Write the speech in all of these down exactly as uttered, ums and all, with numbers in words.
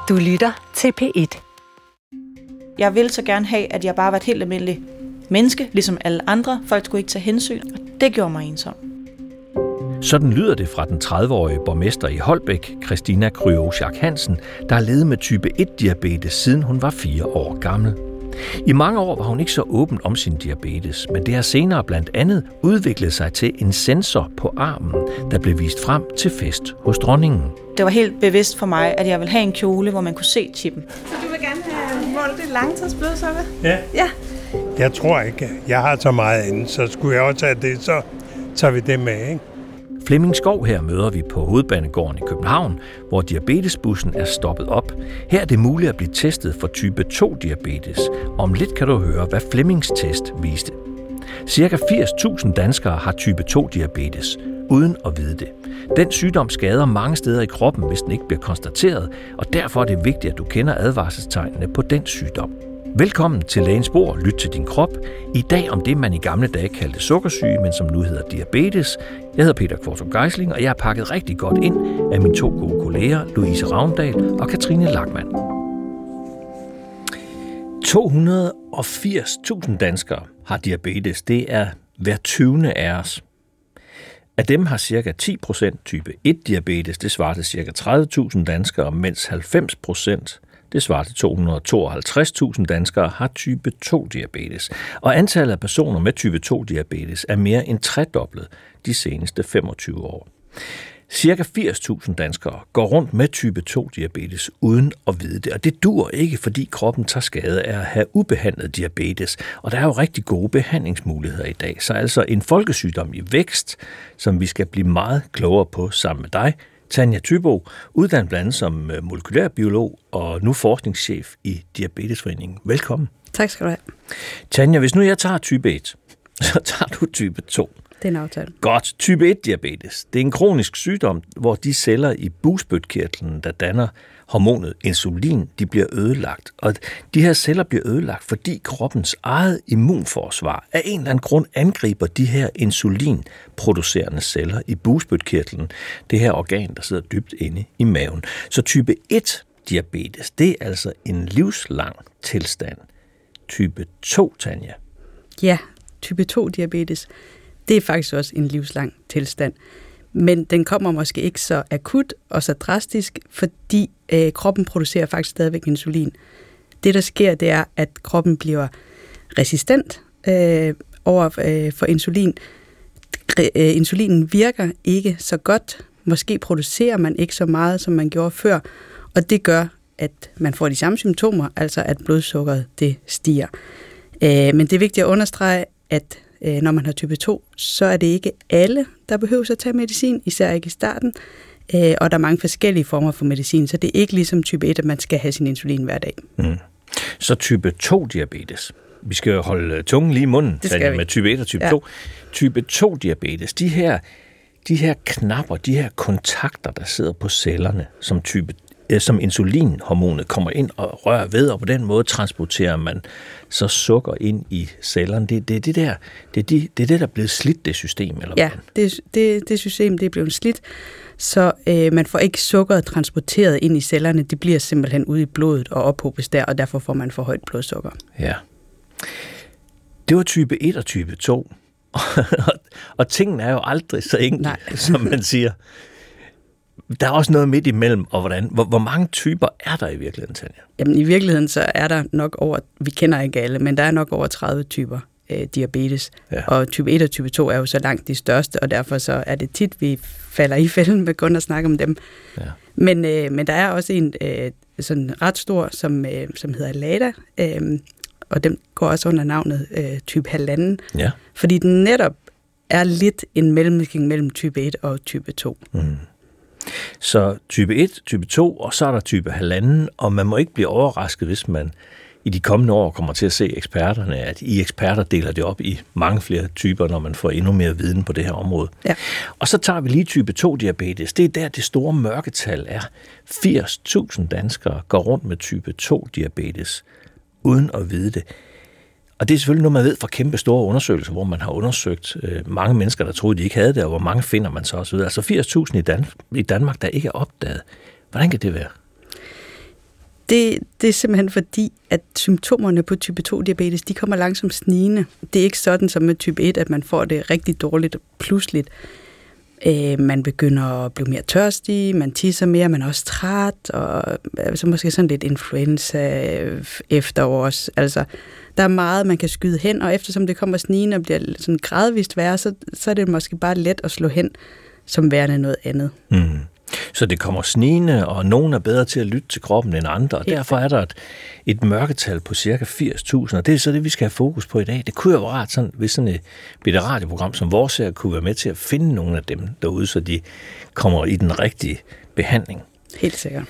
Du lytter til P et. Jeg ville så gerne have, at jeg bare var et helt almindeligt menneske, ligesom alle andre. Folk skulle ikke tage hensyn, og det gjorde mig ensom. Sådan lyder det fra den tredive-årige borgmester i Holbæk, Christina Kryosiak Hansen, der har levet med type et-diabetes, siden hun var fire år gammel. I mange år var hun ikke så åben om sin diabetes, men det har senere blandt andet udviklet sig til en sensor på armen, der blev vist frem til fest hos dronningen. Det var helt bevidst for mig, at jeg ville have en kjole, hvor man kunne se chippen. Så du vil gerne have målt det langtidsblodsukker? Ja. Ja. Jeg tror ikke, jeg har så meget inden, så skulle jeg også have det, så tager vi det med, ikke? Flemming Skov her møder vi på Hovedbanegården i København, hvor diabetesbussen er stoppet op. Her er det muligt at blive testet for type to-diabetes. Om lidt kan du høre, hvad Flemmings test viste. Cirka firs tusind danskere har type to-diabetes, uden at vide det. Den sygdom skader mange steder i kroppen, hvis den ikke bliver konstateret, og derfor er det vigtigt, at du kender advarselstegnene på den sygdom. Velkommen til Lægens Bord, lyt til din krop. I dag om det, man i gamle dage kaldte sukkersyge, men som nu hedder diabetes. Jeg hedder Peter Kvartrup Geisling, og jeg har pakket rigtig godt ind af mine to gode kolleger, Louise Ravndal og Katrine Lachmann. to hundrede og firs tusind danskere har diabetes. Det er hver tyvende af os. Af dem har ca. ti procent type et-diabetes. Det svarer til ca. tredive tusind danskere, mens halvfems procent det svarer til to hundrede og tooghalvtreds tusind danskere, har type to-diabetes. Og antallet af personer med type to-diabetes er mere end tredoblet de seneste femogtyve år. Cirka firs tusind danskere går rundt med type to-diabetes uden at vide det. Og det dur ikke, fordi kroppen tager skade af at have ubehandlet diabetes. Og der er jo rigtig gode behandlingsmuligheder i dag. Så altså en folkesygdom i vækst, som vi skal blive meget klogere på sammen med dig, Tanja Thybo, uddannet blandt andet som molekylærbiolog og nu forskningschef i Diabetesforeningen. Velkommen. Tak skal du have. Tanja, hvis nu jeg tager type et, så tager du type to. Det er en aftale. Godt. Type et-diabetes. Det er en kronisk sygdom, hvor de celler i bugspytkirtlen, der danner hormonet insulin, de bliver ødelagt. Og de her celler bliver ødelagt, fordi kroppens eget immunforsvar af en eller anden grund angriber de her insulinproducerende celler i bugspytkirtlen, det her organ, der sidder dybt inde i maven. Så type et-diabetes, det er altså en livslang tilstand. Type to, Tanja. Ja, type to-diabetes, det er faktisk også en livslang tilstand. Men den kommer måske ikke så akut og så drastisk, fordi øh, kroppen producerer faktisk stadigvæk insulin. Det, der sker, det er, at kroppen bliver resistent øh, over øh, for insulin. Re, øh, insulinen virker ikke så godt. Måske producerer man ikke så meget, som man gjorde før. Og det gør, at man får de samme symptomer, altså at blodsukkeret det stiger. Øh, men det er vigtigt at understrege, at når man har type to, så er det ikke alle, der behøver at tage medicin, især ikke i starten, og der er mange forskellige former for medicin, så det er ikke ligesom type et, at man skal have sin insulin hver dag. Mm. Så type to-diabetes. Vi skal jo holde tungen lige i munden med type et og type ja. to. Type to-diabetes, de her, de her knapper, de her kontakter, der sidder på cellerne, som type som insulinhormonet kommer ind og rører ved, og på den måde transporterer man så sukker ind i cellerne. Det, det, det, der, det, er de, det er det, der er blevet slidt, det system, eller ja, det, det, det system, det er blevet slidt, så øh, man får ikke sukkeret transporteret ind i cellerne. Det bliver simpelthen ude i blodet og ophobes der, og derfor får man for højt blodsukker. Ja. Det var type et og type to. Og tingene er jo aldrig så enkle, som man siger. Der er også noget midt imellem, og hvordan? Hvor, hvor mange typer er der i virkeligheden, Tanja? Jamen i virkeligheden så er der nok over, vi kender ikke alle, men der er nok over tredive typer øh, diabetes. Ja. Og type et og type to er jo så langt de største, og derfor så er det tit, vi falder i fælden med kun at snakke om dem. Ja. Men, øh, men der er også en øh, sådan ret stor, som, øh, som hedder LADA, øh, og den går også under navnet øh, type halvanden, ja. Fordi den netop er lidt en mellemlægning mellem type et og type to. Mm. Så type et, type to, og så er der type halvanden, og man må ikke blive overrasket, hvis man i de kommende år kommer til at se eksperterne, at I eksperter deler det op i mange flere typer, når man får endnu mere viden på det her område. Ja. Og så tager vi lige type to-diabetes. Det er der, det store mørketal er. firs tusind danskere går rundt med type to-diabetes, uden at vide det. Og det er selvfølgelig noget, man ved fra kæmpe store undersøgelser, hvor man har undersøgt øh, mange mennesker, der troede, de ikke havde det, og hvor mange finder man så osv. Altså firs tusind i, Dan- i Danmark, der ikke er opdaget. Hvordan kan det være? Det, det er simpelthen fordi, at symptomerne på type to diabetes, de kommer langsomt snigende. Det er ikke sådan som med type et, at man får det rigtig dårligt pludseligt. Øh, man begynder at blive mere tørstig, man tisser mere, man er også træt, og altså måske sådan lidt influenza efterårs. Altså, der er meget, man kan skyde hen, og eftersom det kommer snigende og bliver sådan gradvist værre, så, så er det måske bare let at slå hen som værende noget andet. Mm. Så det kommer snigende, og nogen er bedre til at lytte til kroppen end andre, og Helt derfor er der et, et mørketal på cirka firs tusind, og det er så det, vi skal have fokus på i dag. Det kunne jo være rart, sådan, hvis sådan et bitte radioprogram som vores her kunne være med til at finde nogle af dem derude, så de kommer i den rigtige behandling. Helt sikkert.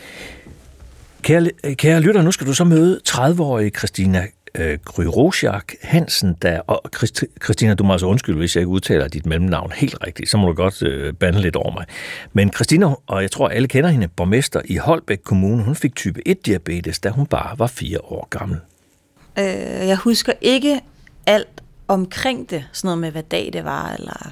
Kære, kære lytter, nu skal du så møde tredive-årige Christina øh, Gry-Rosiak Hansen, der, og Christi, Christina, du må altså undskylde, hvis jeg ikke udtaler dit mellemnavn helt rigtigt, så må du godt øh, bande lidt over mig. Men Christina, og jeg tror alle kender hende, borgmester i Holbæk Kommune, hun fik type et diabetes, da hun bare var fire år gammel. Øh, jeg husker ikke alt omkring det, sådan noget med, hvad dag det var, eller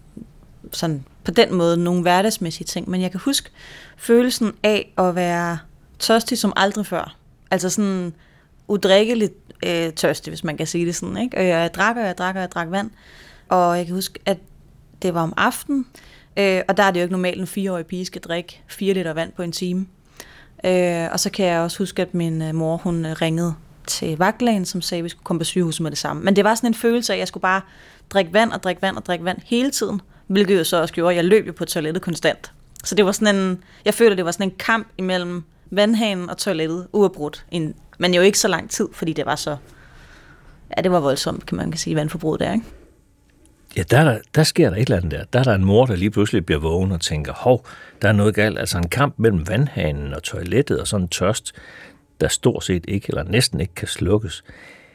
sådan på den måde nogle hverdagsmæssige ting, men jeg kan huske følelsen af at være tørstig som aldrig før. Altså sådan udrikkeligt øh, tørstig, hvis man kan sige det sådan, ikke? Og jeg drak, og jeg drak, og jeg drak vand. Og jeg kan huske, at det var om aftenen, øh, og der er det jo ikke normalt, en fireårig pige skal drikke fire liter vand på en time. Øh, og så kan jeg også huske, at min øh, mor, hun øh, ringede til vagtlægen, som sagde, at vi skulle komme på sygehuset med det samme. Men det var sådan en følelse af, at jeg skulle bare drikke vand og drikke vand og drikke vand hele tiden, hvilket jo så også gjorde, at jeg løb jo på toilettet konstant. Så det var sådan en, jeg følte, det var sådan en kamp imellem vandhanen og toilettet, uafbrudt. En, men jo ikke så lang tid, fordi det var så, ja, det var voldsomt, kan man kan sige, vandforbruget der, ikke? Ja, der, der, der sker der et eller andet der. Der er der en mor, der lige pludselig bliver vågen og tænker, hov, der er noget galt. Altså en kamp mellem vandhanen og toilettet og sådan en tørst, der stort set ikke, eller næsten ikke kan slukkes.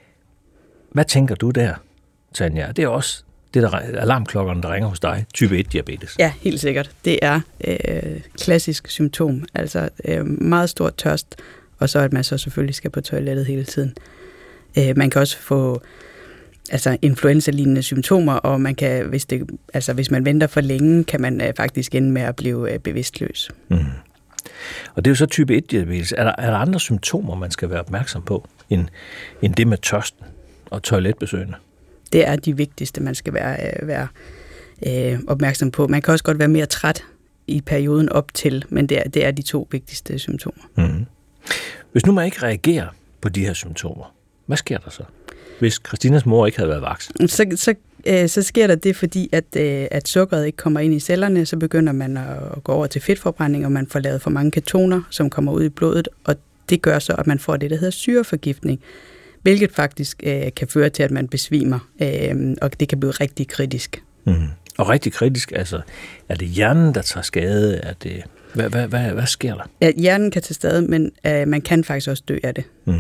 Hvad tænker du der, Tanja? Det er også det der alarmklokkerne, der ringer hos dig, type et diabetes. Ja, helt sikkert. Det er øh, klassisk symptom, altså øh, meget stor tørst, og så at man så selvfølgelig skal på toilettet hele tiden. Øh, man kan også få altså influenza-lignende symptomer, og man kan, hvis, det, altså, hvis man venter for længe, kan man øh, faktisk ende med at blive øh, bevidstløs. Mm. Og det er jo så type et diabetes. Er der, er der andre symptomer, man skal være opmærksom på, end, end det med tørsten og toiletbesøgende? Det er de vigtigste, man skal være, øh, være øh, opmærksom på. Man kan også godt være mere træt i perioden op til, men det er, det er de to vigtigste symptomer. Mm. Hvis nu man ikke reagerer på de her symptomer, hvad sker der så? Hvis Christinas mor ikke havde været vaks? Så, så, øh, så sker der det, fordi at, øh, at sukkeret ikke kommer ind i cellerne, så begynder man at, at gå over til fedtforbrænding, og man får lavet for mange ketoner, som kommer ud i blodet, og det gør så, at man får det, der hedder syreforgiftning, hvilket faktisk øh, kan føre til, at man besvimer, øh, og det kan blive rigtig kritisk. Mm. Og rigtig kritisk, altså, er det hjernen, der tager skade? Er det, hvad, hvad, hvad, hvad sker der? Ja, hjernen kan tage skade, men øh, man kan faktisk også dø af det. Mm.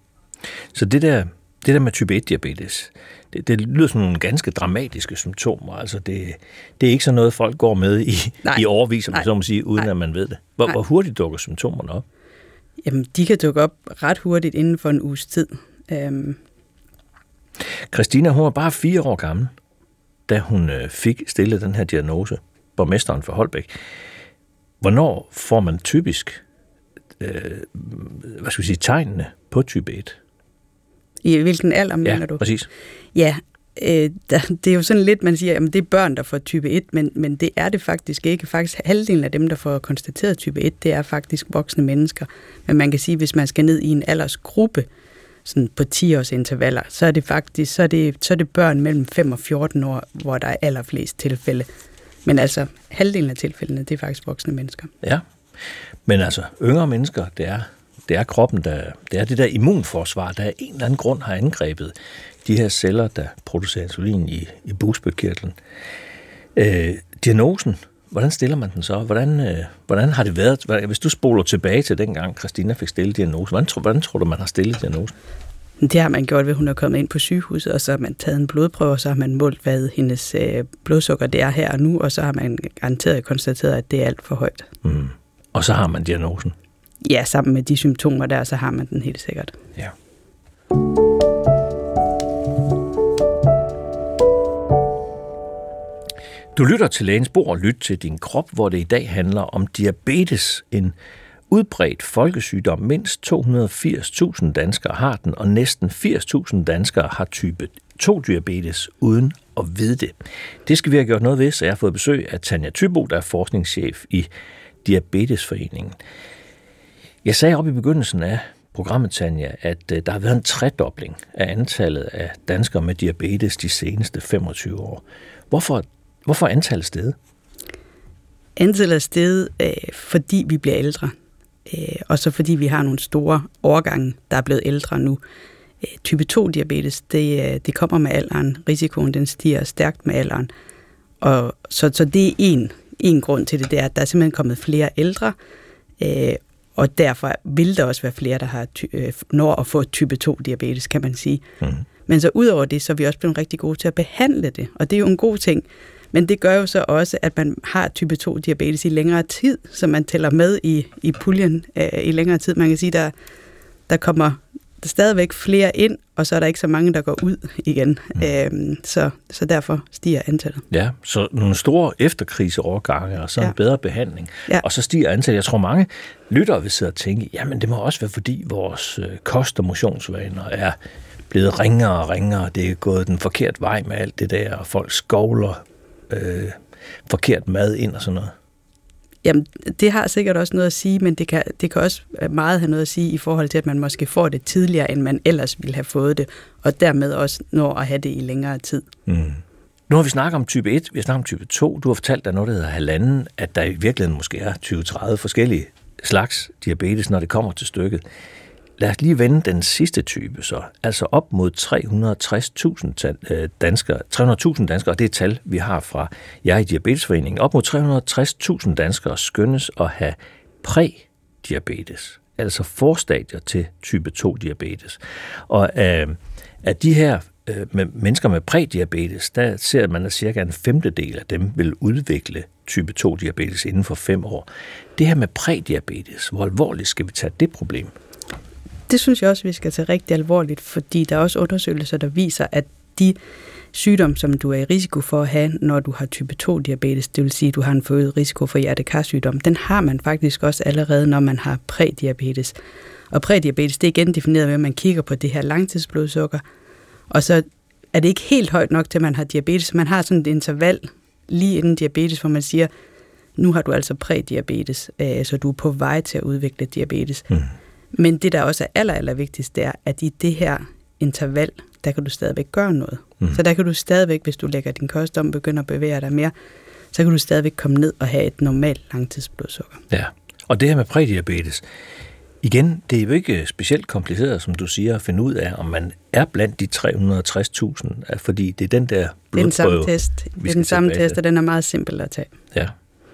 Så det der, det der med type et diabetes, det, det lyder som nogle ganske dramatiske symptomer. Altså det, det er ikke sådan noget, folk går med i, i årevis, som man så må sige, uden Nej. at man ved det. Hvor, hvor hurtigt dukker symptomerne op? Jamen, de kan dukke op ret hurtigt inden for en uges tid. Øhm. Christina, hun var bare fire år gammel, da hun øh, fik stillet den her diagnose, borgmesteren for Holbæk. Hvornår får man typisk øh, hvad skal vi sige, tegnene på type et? I hvilken alder, mener ja, du? Præcis. Ja, øh, der, det er jo sådan lidt, man siger, at det er børn, der får type et, men, men det er det faktisk ikke. Faktisk halvdelen af dem, der får konstateret type et, det er faktisk voksne mennesker. Men man kan sige, at hvis man skal ned i en aldersgruppe, sådan på ti års intervaller, så er det faktisk så er det, så er det børn mellem fem og fjorten år, hvor der er allerflest tilfælde. Men altså, halvdelen af tilfældene, det er faktisk voksne mennesker. Ja, men altså, yngre mennesker, det er, det er kroppen, der, det er det der immunforsvar, der af en eller anden grund har angrebet de her celler, der producerer insulin i, i bugspytkirtlen. Øh, diagnosen, hvordan stiller man den så? Hvordan, øh, hvordan har det været? Hvis du spoler tilbage til dengang, Christina fik stillet diagnosen, hvordan, hvordan tror du, man har stillet diagnosen? Det har man gjort ved, at hun er kommet ind på sygehuset, og så har man taget en blodprøve, og så har man målt, hvad hendes øh, blodsukker det er her og nu, og så har man garanteret konstateret, at det er alt for højt. Mm. Og så har man diagnosen? Ja, sammen med de symptomer der, så har man den helt sikkert. Ja. Du lytter til Lægens Bord og lyt til din krop, hvor det i dag handler om diabetes, en udbredt folkesygdom. Mindst to hundrede og firs tusind danskere har den, og næsten firs tusind danskere har type to diabetes uden at vide det. Det skal vi have gjort noget ved, så jeg har fået besøg af Tanja Thybo, der er forskningschef i Diabetesforeningen. Jeg sagde op i begyndelsen af programmet, Tanja, at der har været en tredobling af antallet af danskere med diabetes de seneste femogtyve år. Hvorfor, hvorfor er antallet steget? Antallet er steget, øh, fordi vi bliver ældre, øh, og så fordi vi har nogle store årgange, der er blevet ældre nu. Øh, type to diabetes, det, øh, det kommer med alderen. Risikoen den stiger stærkt med alderen. Og så, så det er en, en grund til det, det er, at der er simpelthen kommet flere ældre, øh, og derfor vil der også være flere, der har ty- øh, når at få type to diabetes, kan man sige. Mm. Men så ud over det, så er vi også blevet rigtig gode til at behandle det, og det er jo en god ting. Men det gør jo så også, at man har type to diabetes i længere tid, så man tæller med i, i puljen øh, i længere tid. Man kan sige, der der kommer der stadigvæk flere ind, og så er der ikke så mange, der går ud igen. Mm. Øhm, så, så derfor stiger antallet. Ja, så nogle store efterkriseårgange, og så en ja. bedre behandling. Ja. Og så stiger antallet. Jeg tror, mange lyttere vil sidde og tænke, jamen det må også være, fordi vores kost- og motionsvaner er blevet ringere og ringere. Det er gået den forkerte vej med alt det der, og folk skovler øh, forkert mad ind og sådan noget. Jamen, det har sikkert også noget at sige, men det kan, det kan også meget have noget at sige i forhold til, at man måske får det tidligere, end man ellers ville have fået det, og dermed også når at have det i længere tid. Mm. Nu har vi snakket om type et, vi har snakket om type to. Du har fortalt dig noget, der hedder halvanden, at der i virkeligheden måske er tyve til tredive forskellige slags diabetes, når det kommer til stykket. Lad os lige vende den sidste type så. Altså op mod tre hundrede og tres tusind danskere, tre hundrede tusind danskere, og det er et tal, vi har fra jer i Diabetesforeningen. Op mod tre hundrede og tres tusind danskere skønnes at have prædiabetes, altså forstadier til type to diabetes. Og øh, af de her øh, med mennesker med prædiabetes, der ser man, at cirka en femtedel af dem vil udvikle type to diabetes inden for fem år. Det her med prædiabetes, hvor alvorligt skal vi tage det problem? Det synes jeg også, vi skal tage rigtig alvorligt, fordi der er også undersøgelser, der viser, at de sygdomme, som du er i risiko for at have, når du har type to diabetes, det vil sige, at du har en forøget risiko for hjertekarsygdom, den har man faktisk også allerede, når man har prædiabetes. Og prædiabetes, det er igen defineret ved, at man kigger på det her langtidsblodsukker, og så er det ikke helt højt nok til, at man har diabetes. Man har sådan et interval lige inden diabetes, hvor man siger, nu har du altså prædiabetes, så du er på vej til at udvikle diabetes. Mm. Men det, der også er aller, aller vigtigst, det er, at i det her interval, der kan du stadigvæk gøre noget. Mm. Så der kan du stadigvæk, hvis du lægger din kost om, begynder at bevæge dig mere, så kan du stadigvæk komme ned og have et normalt langtidsblodsukker. Ja, og det her med prædiabetes, igen, det er jo ikke specielt kompliceret, som du siger, at finde ud af, om man er blandt de tre hundrede og tres tusind, fordi det er den der blodprøve, det er den samme test, det er den samme test, og den er meget simpel at tage. Ja.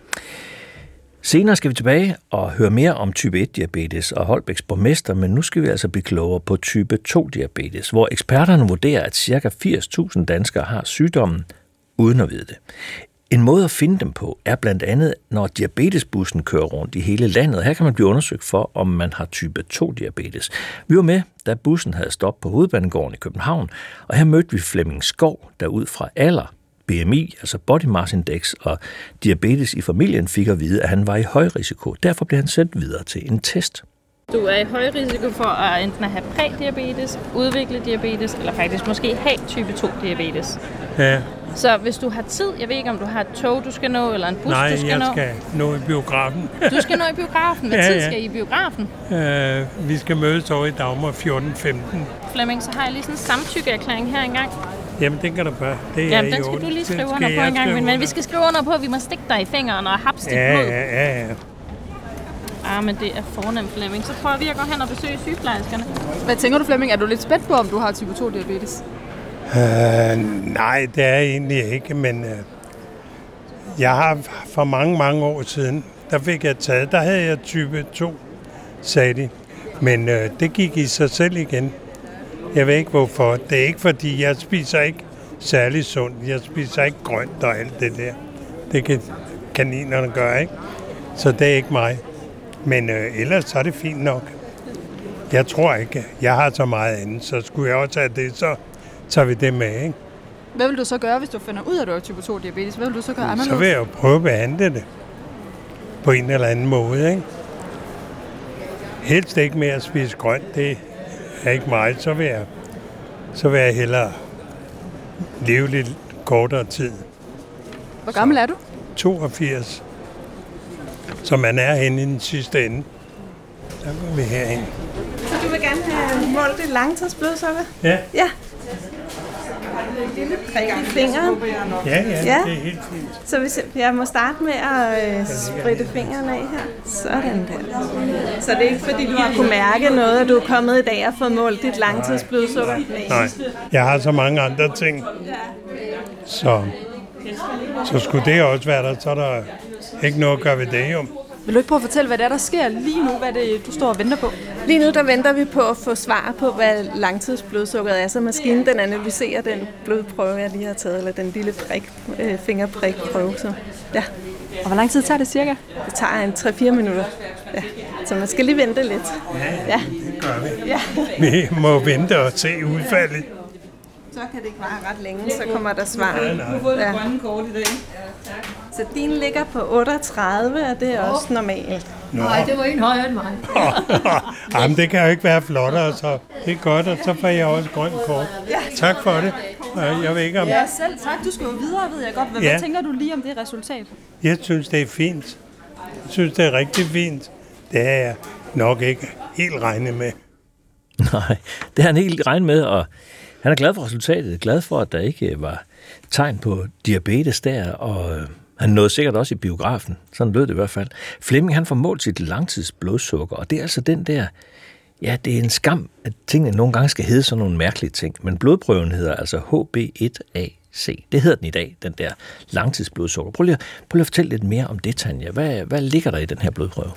Senere skal vi tilbage og høre mere om type et diabetes og Holbæks borgmester, men nu skal vi altså blive klogere på type to diabetes, hvor eksperterne vurderer, at ca. firs tusind danskere har sygdommen uden at vide det. En måde at finde dem på er blandt andet, når diabetesbussen kører rundt i hele landet. Her kan man blive undersøgt for, om man har type to diabetes. Vi var med, da bussen havde stop på Hovedbanegården i København, og her mødte vi Flemming Skov, der ud fra alder, B M I, altså Body Mass Index, og diabetes i familien fik at vide, at han var i høj risiko. Derfor blev han sendt videre til en test. Du er i høj risiko for at enten have prædiabetes, udvikle diabetes, eller faktisk måske have type to diabetes. Ja. Så hvis du har tid, jeg ved ikke, om du har et tog, du skal nå, eller en bus, Nej, du skal nå. Nej, jeg skal nå i biografen. Du skal nå i biografen. Hvad ja, tid ja. skal I i biografen? Uh, vi skal mødes over i Dagmar fjorten femten. Flemming, så har jeg lige sådan en samtykkeerklæring her engang. Jamen, den kan du bare. Det er Jamen, den jo, skal du lige skrive under under på en gang. Men, men vi skal skrive under på, at vi må stikke dig i fingeren og hapse dit ja, blod. Ja, ja, ja. Ah, men det er fornemt, Flemming. Så prøver vi at gå hen og besøge sygeplejerskerne. Hvad tænker du, Flemming? Er du lidt spændt på, om du har type to diabetes? Uh, nej, det er egentlig ikke, men uh, jeg har for mange, mange år siden, der fik jeg taget, der havde jeg type to, sagde de. Men uh, det gik i sig selv igen. Jeg ved ikke hvorfor. Det er ikke fordi, jeg spiser ikke særlig sundt. Jeg spiser ikke grønt og alt det der. Det kan kaninerne gøre, ikke? Så det er ikke mig. Men uh, ellers så er det fint nok. Jeg tror ikke, jeg har så meget andet, så skulle jeg også have det, så tager vi det med, ikke? Hvad vil du så gøre, hvis du finder ud af, at du har type to diabetes? Hvad vil du så gøre anderledes? Så vil jeg jo prøve at behandle det på en eller anden måde, ikke? helst ikke med at spise grønt. Det er ikke meget. Så vil jeg, så vil jeg hellere leve lidt kortere tid. Hvor gammel er du? toogfirs. Så man er henne i den sidste ende. Der går vi herhen. Så du vil gerne have målt dit langtidsblodsukker? Ja. Ja. En lille prik i fingeren. Ja, ja, Ja. det er helt fint. Så hvis jeg, jeg må starte med at øh, spritte fingrene af her. Sådan der. Så det er ikke fordi, du har kunne mærke noget, at du er kommet i dag og fået målt dit langtidsblodsukker? Nej, jeg har så mange andre ting. Så, så skulle det også være der, så er der ikke noget at gøre ved det, jo. Vil du ikke prøve at fortælle, hvad det er, der sker lige nu? Hvad er det, du står og venter på? Lige nu der venter vi på at få svar på, hvad langtidsblodsukkeret er, så maskinen den analyserer den blodprøve, jeg lige har taget, eller den lille prik, øh, fingerprikprøve. Så, ja. Og hvor lang tid tager det cirka? Det tager en tre fire minutter. Ja. Så man skal lige vente lidt. Ja. Det gør vi. Ja. Vi må vente og se udfaldet. Så kan det ikke vare ret længe, så kommer der svar. Du har fået det grønne kort i dag. Så din ligger på otteogtredive, og det er også normalt. Nej, det var en højere end mig. Jamen, det kan jo ikke være flottere, så det er godt, og så får jeg også grønt kort. Tak for det. Jeg ved ikke om... Ja, selv tak. Du skal jo videre, ved jeg godt. Hvad, Ja. hvad tænker du lige om det resultat? Jeg synes, det er fint. Jeg synes, det er rigtig fint. Det har jeg nok ikke helt regnet med. Nej, det har han helt regnet med, og han er glad for resultatet, glad for, at der ikke var tegn på diabetes der, og øh, han nåede sikkert også i biografen. Sådan lød det i hvert fald. Flemming, han får målt sit langtidsblodsukker, og det er altså den der, ja, det er en skam, at tingene nogle gange skal hedde sådan nogle mærkelige ting, men blodprøven hedder altså H B et A C. Det hedder den i dag, den der langtidsblodsukker. Prøv lige, prøv lige at fortælle lidt mere om det, Tanja. Hvad, hvad ligger der i den her blodprøve?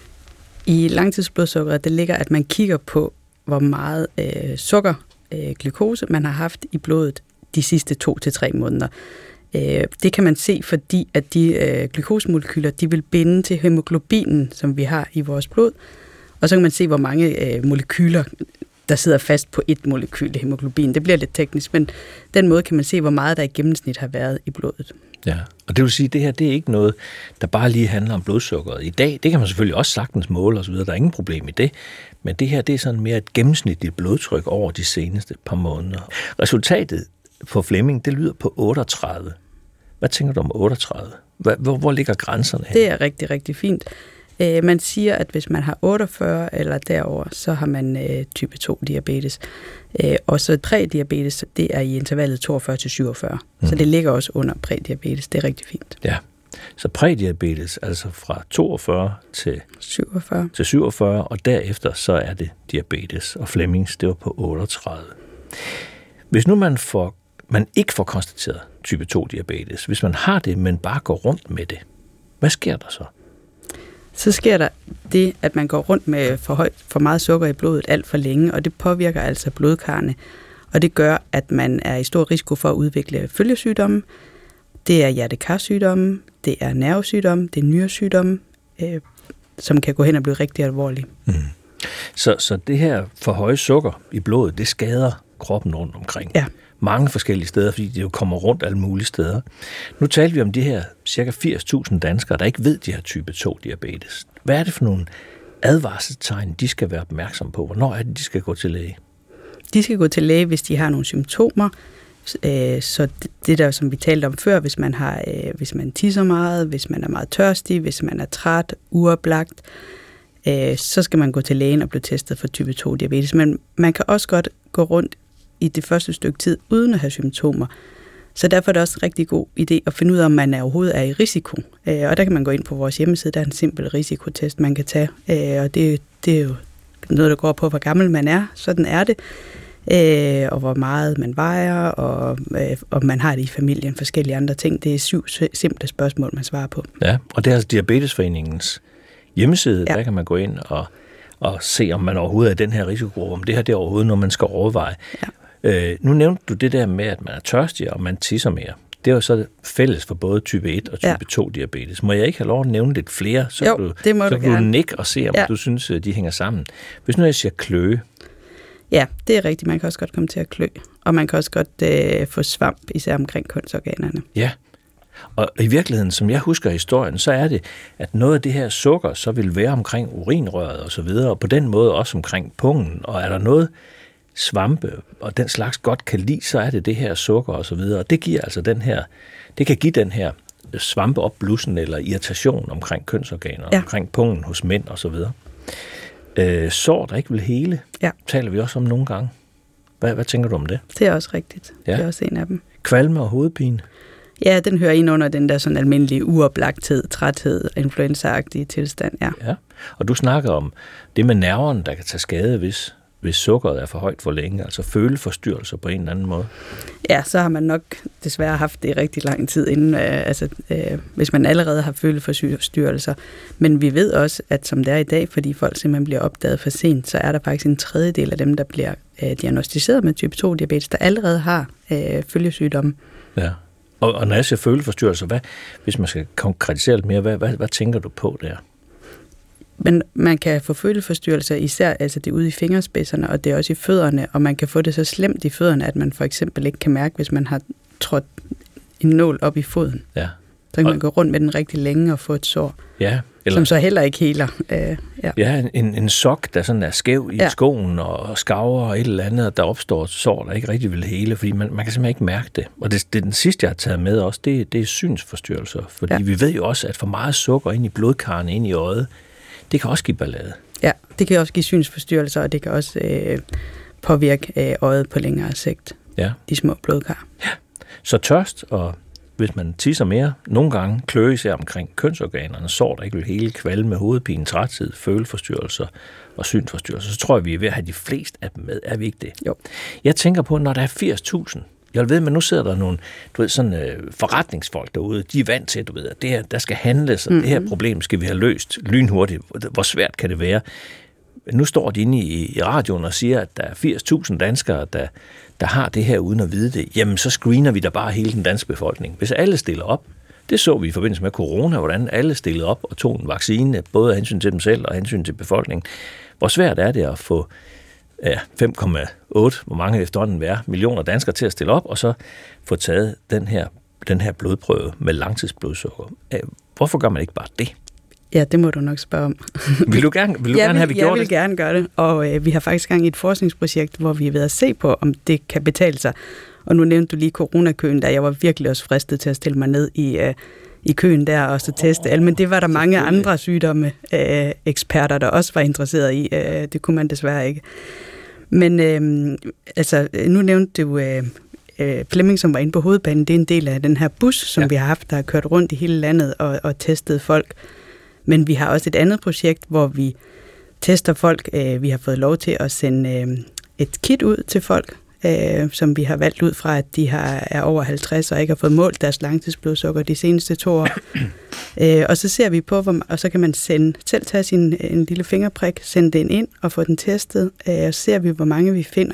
I langtidsblodsukkeret, det ligger, at man kigger på, hvor meget øh, sukker, øh, glukose, man har haft i blodet de sidste to til tre måneder. Øh, det kan man se, fordi at de øh, glukosemolekyler, de vil binde til hemoglobinen, som vi har i vores blod, og så kan man se, hvor mange øh, molekyler, der sidder fast på et molekyl hemoglobin. Det bliver lidt teknisk, men den måde kan man se, hvor meget der i gennemsnit har været i blodet. Ja, og det vil sige, at det her, det er ikke noget, der bare lige handler om blodsukkeret. I dag, det kan man selvfølgelig også sagtens måle og så videre, der er ingen problem i det, men det her, det er sådan mere et gennemsnitligt blodtryk over de seneste par måneder. Resultatet på Flemming, det lyder på otteogtredive. Hvad tænker du om otteogtredive? Hvor, hvor ligger grænserne hen? Det er rigtig, rigtig fint. Øh, man siger, at hvis man har otteogfyrre eller derover, så har man øh, type to diabetes. Øh, og så prædiabetes, det er i intervallet toogfyrre til syvogfyrre. Mm. Så det ligger også under prædiabetes. Det er rigtig fint. Ja, så prædiabetes, altså fra toogfyrre til syvogfyrre. til syvogfyrre, og derefter så er det diabetes. Og Flemmings, det var på otteogtredive. Hvis nu man, får, man ikke får konstateret type to diabetes, hvis man har det, men bare går rundt med det, hvad sker der så? Så sker der det, at man går rundt med for, højt, for meget sukker i blodet alt for længe, og det påvirker altså blodkarrene. Og det gør, at man er i stor risiko for at udvikle følgesygdomme. Det er hjertekarsygdomme, det er nervesygdomme, det er nyresygdomme, øh, som kan gå hen og blive rigtig alvorlige. Mm. Så, så det her for høje sukker i blodet, det skader kroppen rundt omkring. Ja. Mange forskellige steder, fordi det jo kommer rundt alle mulige steder. Nu talte vi om de her cirka firs tusind danskere, der ikke ved, de har type to diabetes. Hvad er det for nogle advarselstegn, de skal være opmærksom på? Hvornår er det, de skal gå til læge? De skal gå til læge, hvis de har nogle symptomer. Så det der, som vi talte om før, hvis man har, hvis man tisser meget, hvis man er meget tørstig, hvis man er træt, uoplagt, så skal man gå til lægen og blive testet for type to diabetes. Men man kan også godt gå rundt i det første stykke tid uden at have symptomer. Så derfor er det også en rigtig god idé at finde ud af, om man overhovedet er i risiko. Og der kan man gå ind på vores hjemmeside, der er en simpel risikotest, man kan tage. Og det, det er jo noget, der går på, hvor gammel man er. Sådan er det. Og hvor meget man vejer, og om man har det i familien, forskellige andre ting. Det er syv simple spørgsmål, man svarer på. Ja, og det er altså Diabetesforeningens hjemmeside, ja. Der kan man gå ind og, og se, om man overhovedet er i den her risikogruppe, om det her det er overhovedet noget, man skal overveje. Ja. Øh, nu nævnte du det der med, at man er tørstig, og man tisser mere. Det er jo så fælles for både type et og type ja. to diabetes. Må jeg ikke have lov at nævne lidt flere, så jo, du, det må så du kan du gerne. nikke og se, om ja. du synes, de hænger sammen. Hvis nu jeg siger kløe. Ja, det er rigtigt. Man kan også godt komme til at klø. Og man kan også godt øh, få svamp, især omkring kønsorganerne. Ja. Og i virkeligheden, som jeg husker historien, så er det, at noget af det her sukker så vil være omkring urinrøret og så videre, og på den måde også omkring pungen. Og er der noget svampe og den slags godt kan lide, så er det det her sukker og så videre. Og det giver altså den her, det kan give den her svampeopblussen eller irritation omkring kønsorganer, ja. omkring pungen hos mænd og så videre. Øh, sår, der ikke vil hele, ja. taler vi også om nogle gange. Hvad, hvad tænker du om det? Det er også rigtigt. Ja. Det er også en af dem. Kvalme og hovedpine? Ja, den hører ind under den der sådan almindelige uoplagthed, træthed, influenza-agtige tilstand, ja. Ja. Og du snakker om det med nerverne, der kan tage skade, hvis, hvis sukkeret er for højt for længe, altså føleforstyrrelser på en eller anden måde. Ja, så har man nok desværre haft det i rigtig lang tid inden, øh, altså øh, hvis man allerede har føleforstyrrelser. Men vi ved også, at som det er i dag, fordi folk simpelthen bliver opdaget for sent, så er der faktisk en tredjedel af dem, der bliver øh, diagnosticeret med type to diabetes, der allerede har øh, følgesygdomme. Ja. Og, og når jeg siger føleforstyrrelser, hvad, hvis man skal konkretisere lidt mere, hvad, hvad, hvad tænker du på der? Men man kan få føleforstyrrelser især, altså det er ude i fingerspidserne, og det er også i fødderne, og man kan få det så slemt i fødderne, at man for eksempel ikke kan mærke, hvis man har trådt en nål op i foden. Ja. Så kan og, man gå rundt med den rigtig længe og få et sår, ja, eller, som så heller ikke heler. Øh, ja, ja en, en sok, der sådan er skæv i ja. skoen og skaver og et eller andet, og der opstår et sår, der ikke rigtig vil hele, fordi man, man kan simpelthen ikke mærke det. Og det, det er den sidste, jeg har taget med også, det, det er synsforstyrrelser, fordi ja. vi ved jo også, at for meget sukker ind i blodkarrene, ind i øjet, det kan også give ballade. Ja, det kan også give synsforstyrrelser, og det kan også øh, påvirke øh, øjet på længere sigt. Ja. De små blodkar. Ja. Så tørst, og hvis man tisser mere, nogle gange kløe sig omkring kønsorganerne, sår der ikke vil hele, kvalme, hovedpine, træthed, føleforstyrrelser og synsforstyrrelser, så tror jeg, vi er ved at have de fleste af dem med. Er vi ikke det? Jo. Jeg tænker på, når der er firs tusind, jeg ved, men nu sidder der nogle du ved, sådan, øh, forretningsfolk derude, de er vant til, du ved, at det her, der skal handles, og mm-hmm. det her problem skal vi have løst lynhurtigt. Hvor svært kan det være? Nu står de inde i, i radioen og siger, at der er firs tusind danskere, der, der har det her uden at vide det. Jamen, så screener vi da bare hele den danske befolkning. Hvis alle stiller op, det så vi i forbindelse med corona, hvordan alle stillede op og tog en vaccine, både af hensyn til dem selv og af hensyn til befolkningen. Hvor svært er det at få ja, fem komma otte, hvor mange efterhånden vil være, millioner danskere til at stille op, og så få taget den her, den her blodprøve med langtidsblodsukker. Hvorfor gør man ikke bare det? Ja, det må du nok spørge om. Vil du gerne, vil du jeg gerne have, vi gjort det? Jeg vil gerne gøre det, og øh, vi har faktisk gang i et forskningsprojekt, hvor vi er ved at se på, om det kan betale sig. Og nu nævnte du lige coronakøen, der jeg var virkelig også fristet til at stille mig ned i, øh, i køen der og så teste alle. Men det var der mange andre sygdomme øh, eksperter, der også var interesseret i. Øh, det kunne man desværre ikke. Men øh, altså, nu nævnte du øh, øh, Flemming, som var inde på hovedbanen. Det er en del af den her bus, som ja. vi har haft, der har kørt rundt i hele landet og, og testet folk. Men vi har også et andet projekt, hvor vi tester folk. Vi har fået lov til at sende et kit ud til folk, som vi har valgt ud fra, at de har, er over halvtreds og ikke har fået målt deres langtidsblodsukker de seneste to år. Og så ser vi på, hvor, og så kan man sende, selv tage sin en lille fingerprik, sende den ind og få den testet, og så ser vi, hvor mange vi finder.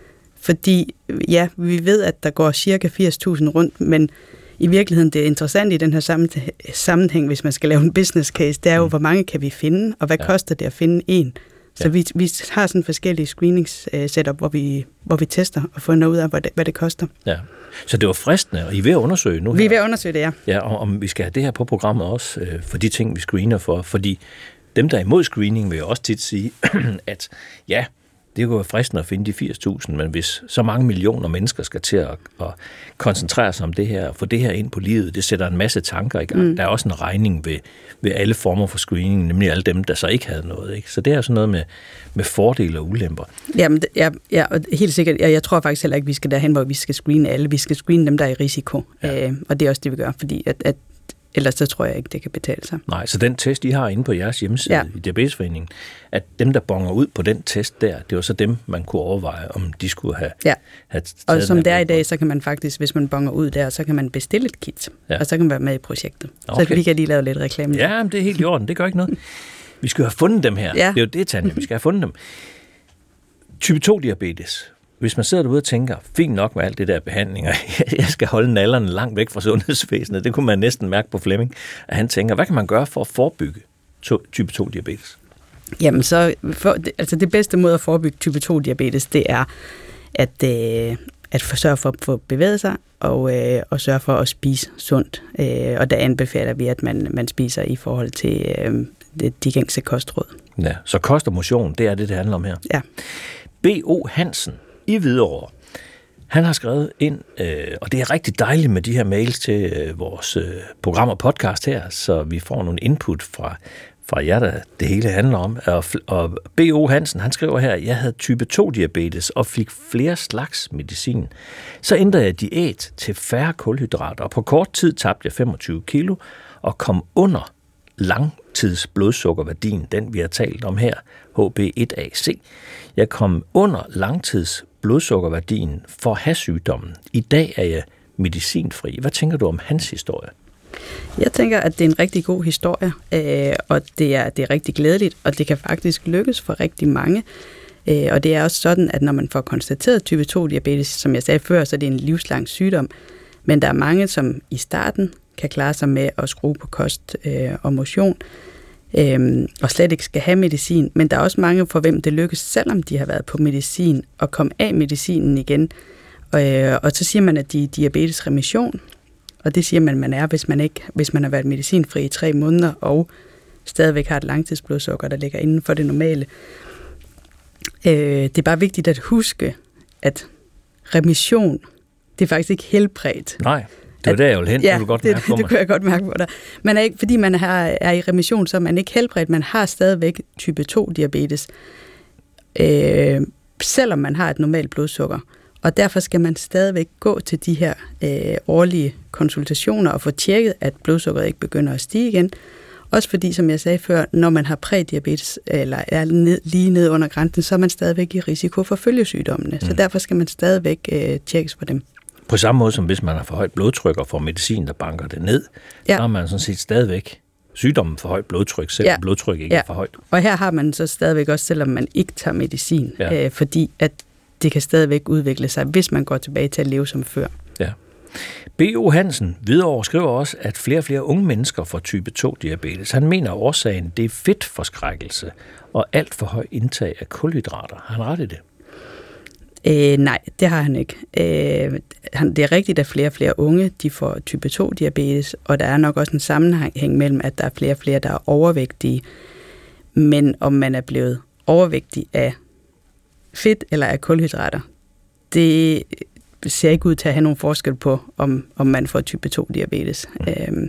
Fordi ja, vi ved, at der går cirka firs tusind rundt, men i virkeligheden, det er interessant i den her sammenhæng, hvis man skal lave en business case, det er jo, mm. hvor mange kan vi finde, og hvad ja. koster det at finde en? Så ja. vi, vi har sådan forskellige screenings-setup, hvor vi, hvor vi tester og finder ud af, hvad det, hvad det koster. Ja. Så det var fristende, og I er ved at undersøge nu her. Vi er ved at undersøge det, ja. Ja, og om vi skal have det her på programmet også, øh, for de ting, vi screener for, fordi dem, der er imod screening, vil jo også tit sige, at ja, det kunne være fristende at finde de firs tusind, men hvis så mange millioner mennesker skal til at, at koncentrere sig om det her, og få det her ind på livet, det sætter en masse tanker i gang. Mm. Der er også en regning ved, ved alle former for screening, nemlig alle dem, der så ikke havde noget. Ikke? Så det er sådan noget med, med fordele og ulemper. Jamen, ja, ja, og helt sikkert. Jeg, jeg tror faktisk heller ikke, vi skal derhen, hvor vi skal screene alle. Vi skal screene dem, der er i risiko. Ja. Øh, og det er også det, vi gør, fordi at, at ellers så tror jeg ikke, det kan betale sig. Nej, så den test, I har inde på jeres hjemmeside ja. i Diabetesforeningen, at dem, der bonger ud på den test der, det var så dem, man kunne overveje, om de skulle have, ja. have og som det er i dag, så kan man faktisk, hvis man bonger ud der, så kan man bestille et kit, ja. og så kan man være med i projektet. Okay. Så vi kan lige lave lidt reklame. Ja, men det er helt i orden, det gør ikke noget. Vi skal jo have fundet dem her. Ja. Det er jo det, Tanja, vi skal have fundet dem. Type to diabetes. Hvis man sidder derude og tænker, fint nok med alt det der behandling, og jeg skal holde nallerne langt væk fra sundhedsvæsenet, det kunne man næsten mærke på Flemming, at han tænker, hvad kan man gøre for at forebygge to, type to diabetes? Jamen så, for, altså det bedste måde at forebygge type to diabetes, det er, at, øh, at sørge for at få bevæget sig, og, øh, og sørge for at spise sundt. Øh, og der anbefaler vi, at man, man spiser i forhold til øh, de gængse kostråd. Ja, så kost og motion, det er det, det handler om her. Ja. B O Hansen i Hvidovre, han har skrevet ind, øh, og det er rigtig dejligt med de her mails til øh, vores øh, program og podcast her, så vi får nogle input fra, fra jer, der det hele handler om. Og, og B O Hansen, han skriver her, jeg havde type to diabetes og fik flere slags medicin. Så ændrede jeg diæt til færre kulhydrater, og på kort tid tabte jeg femogtyve kilo og kom under langtidsblodsukkerværdien, den vi har talt om her, H B et A C. Jeg kom under langtidsblodsukkerværdien for H-sygdommen. I dag er jeg medicinfri. Hvad tænker du om hans historie? Jeg tænker, at det er en rigtig god historie, øh, og det er, det er rigtig glædeligt, og det kan faktisk lykkes for rigtig mange. Øh, og det er også sådan, at når man får konstateret type to diabetes, som jeg sagde før, så er det en livslang sygdom. Men der er mange, som i starten kan klare sig med at skrue på kost øh, og motion, øh, og slet ikke skal have medicin. Men der er også mange, for hvem det lykkes, selvom de har været på medicin, og komme af medicinen igen. Og, øh, og så siger man, at de er diabetesremission. Og det siger man, man er, hvis man, ikke, hvis man har været medicinfri i tre måneder, og stadigvæk har et langtidsblodsukker, der ligger inden for det normale. Øh, det er bare vigtigt at huske, at remission, det er faktisk ikke helbredt. Nej, det var der, jeg ville hen. Ja, du godt det, mærke på det, mig. det kunne jeg godt mærke på dig. Man er ikke, fordi man har, er i remission, så er man ikke helbredt. Man har stadigvæk type to diabetes, øh, selvom man har et normalt blodsukker. Og derfor skal man stadigvæk gå til de her øh, årlige konsultationer og få tjekket, at blodsukkeret ikke begynder at stige igen. Også fordi, som jeg sagde før, når man har prædiabetes eller er ned, lige ned under grænsen, så er man stadigvæk i risiko for følgesygdommene. Mm. Så derfor skal man stadigvæk øh, tjekkes for dem. På samme måde som hvis man har for højt blodtryk og får medicin, der banker det ned, ja. Så har man sådan set stadigvæk sygdommen for højt blodtryk, selvom ja. blodtryk ikke ja. er for højt. Og her har man så stadigvæk også, selvom man ikke tager medicin, ja. øh, fordi at det kan stadigvæk udvikle sig, hvis man går tilbage til at leve som før. Ja. B O Hansen Hvidovre skriver også, at flere og flere unge mennesker får type to diabetes. Han mener, at årsagen det er fedtforskrækkelse og alt for høj indtag af kulhydrater. Har han ret i det? Øh, nej, det har han ikke. Øh, det er rigtigt, at flere og flere unge de får type to diabetes, og der er nok også en sammenhæng mellem, at der er flere og flere, der er overvægtige. Men om man er blevet overvægtig af fedt eller af kulhydrater, det ser ikke ud til at have nogen forskel på, om, om man får type to diabetes. Mm. Øhm.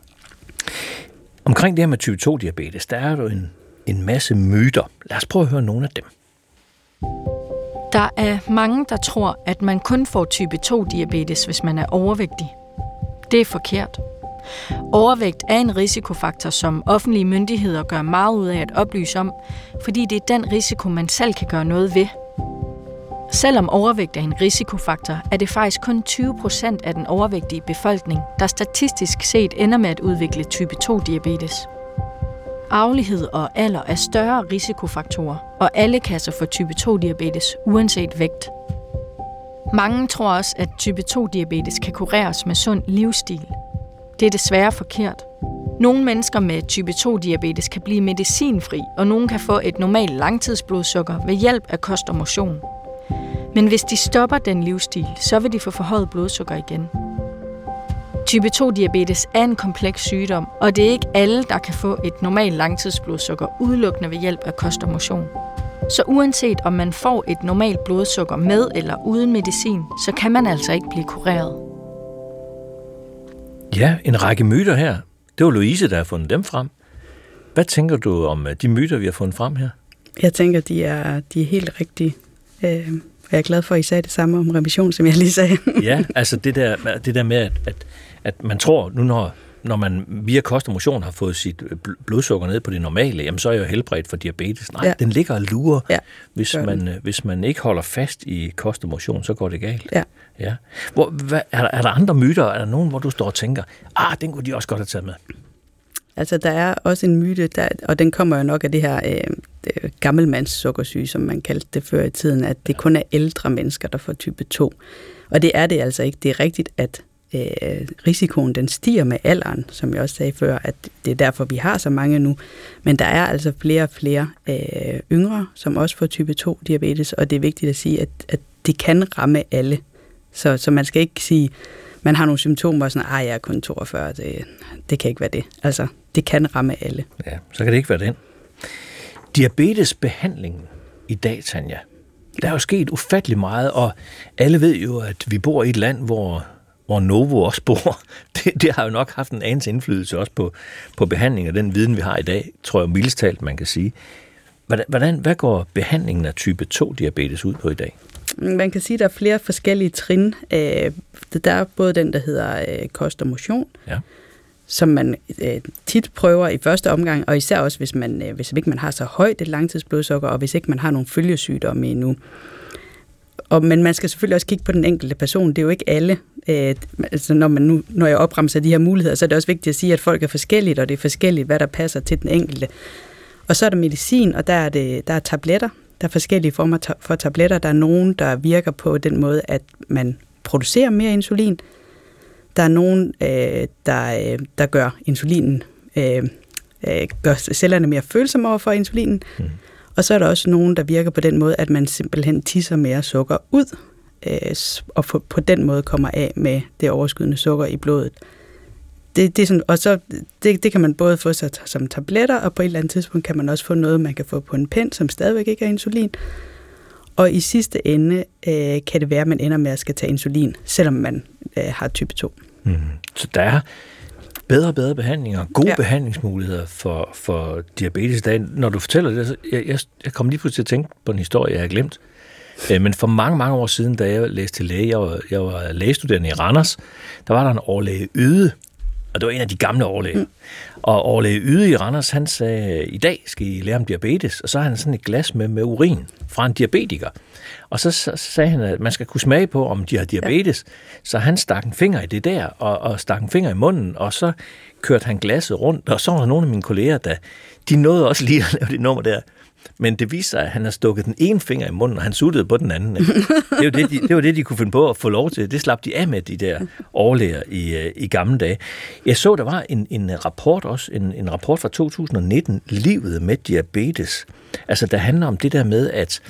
Omkring det her med type to diabetes, der er jo en, en masse myter. Lad os prøve at høre nogle af dem. Der er mange, der tror, at man kun får type to diabetes, hvis man er overvægtig. Det er forkert. Overvægt er en risikofaktor, som offentlige myndigheder gør meget ud af at oplyse om, fordi det er den risiko, man selv kan gøre noget ved. Selvom overvægt er en risikofaktor, er det faktisk kun tyve procent af den overvægtige befolkning, der statistisk set ender med at udvikle type to diabetes. Arvelighed og alder er større risikofaktorer, og alle kan altså få type to diabetes uanset vægt. Mange tror også, at type to diabetes kan kureres med sund livsstil. Det er desværre forkert. Nogle mennesker med type to diabetes kan blive medicinfri, og nogle kan få et normalt langtidsblodsukker ved hjælp af kost og motion. Men hvis de stopper den livsstil, så vil de få forhøjet blodsukker igen. Type to diabetes er en kompleks sygdom, og det er ikke alle, der kan få et normalt langtidsblodsukker udelukkende ved hjælp af kost og motion. Så uanset om man får et normalt blodsukker med eller uden medicin, så kan man altså ikke blive kureret. Ja, en række myter her. Det var Louise, der har fundet dem frem. Hvad tænker du om de myter, vi har fundet frem her? Jeg tænker, de er, de er helt rigtige. Øh, og jeg er glad for, at I sagde det samme om remission, som jeg lige sagde. Ja, altså det der, det der med, at, at, at man tror, nu når, når man via kost og motion har fået sit blodsukker ned på det normale, jamen så er jeg jo helbredt for diabetes. Nej, ja. Den ligger og lurer. Ja, hvis, man, hvis man ikke holder fast i kost og motion, så går det galt. Ja. Ja. Hvor, hvad, er, der, er der andre myter? Er der nogen, hvor du står og tænker, ah, den kunne de også godt have taget med? Altså, der er også en myte, der, og den kommer jo nok af det her øh, gammelmands sukkersyge, som man kaldte det før i tiden, at det kun er ældre mennesker, der får type to. Og det er det altså ikke. Det er rigtigt, at øh, risikoen den stiger med alderen, som jeg også sagde før, at det er derfor, vi har så mange nu. Men der er altså flere og flere øh, yngre, som også får type to diabetes, og det er vigtigt at sige, at, at det kan ramme alle. Så, så man skal ikke sige, man har nogle symptomer, og sådan, ej, jeg er kun toogfyrre, det, det kan ikke være det. Altså, det kan ramme alle. Ja, så kan det ikke være den. Diabetesbehandlingen i dag, Tanja, der er jo sket ufattelig meget, og alle ved jo, at vi bor i et land, hvor, hvor Novo også bor. Det, det har jo nok haft en anelse indflydelse også på, på behandling af den viden, vi har i dag, tror jeg mildest talt, man kan sige. Hvordan, hvad går behandlingen af type to diabetes ud på i dag? Man kan sige, at der er flere forskellige trin. Der er både den, der hedder kost og motion, ja. Som man tit prøver i første omgang, og især også, hvis, man, hvis ikke man har så højt et langtidsblodsukker, og hvis ikke man har nogle følgesygdomme endnu. Og, men man skal selvfølgelig også kigge på den enkelte person. Det er jo ikke alle. Øh, altså når, man nu, når jeg opremser de her muligheder, så er det også vigtigt at sige, at folk er forskellige, og det er forskelligt, hvad der passer til den enkelte. Og så er der medicin, og der er, det, der er tabletter. Der er forskellige former for tabletter. Der er nogen, der virker på den måde, at man producerer mere insulin. Der er nogen, øh, der, der gør insulinen, øh, gør cellerne mere følsomme over for insulinen. Mm. Og så er der også nogen, der virker på den måde, at man simpelthen tisser mere sukker ud, øh, og på, på den måde kommer af med det overskydende sukker i blodet. Det, det er sådan, og så, det, det kan man både få sig som tabletter, og på et eller andet tidspunkt kan man også få noget, man kan få på en pen, som stadigvæk ikke er insulin. Og i sidste ende øh, kan det være, at man ender med at skal tage insulin, selvom man øh, har type to. Mm. Så der er bedre og bedre behandlinger, gode ja. behandlingsmuligheder for, for diabetes. Der, når du fortæller det, så jeg, jeg, jeg kom lige pludselig til at tænke på en historie, jeg har glemt. Men for mange, mange år siden, da jeg læste til læge, jeg var, jeg var lægestuderende i Randers, der var der en overlæge Yde, og det var en af de gamle overlæger. Mm. Og overlæge Yde i Randers, han sagde, i dag skal I lære om diabetes, og så har han sådan et glas med, med urin fra en diabetiker. Og så, så sagde han, at man skal kunne smage på, om de har diabetes. Ja. Så han stak en finger i det der, og, og stak en finger i munden, og så kørte han glasset rundt, og så var der nogle af mine kolleger, der de nåede også lige at lave det nummer der. Men det viste sig, at han har stukket den ene finger i munden, og han suttede på den anden. Det var det, de, det var det, de kunne finde på at få lov til. Det slap de af med, de der overlæger i, i gamle dage. Jeg så, der var en, en rapport også, en, en rapport fra to tusind nitten, Livet med diabetes. Altså, der handler om det der med, at,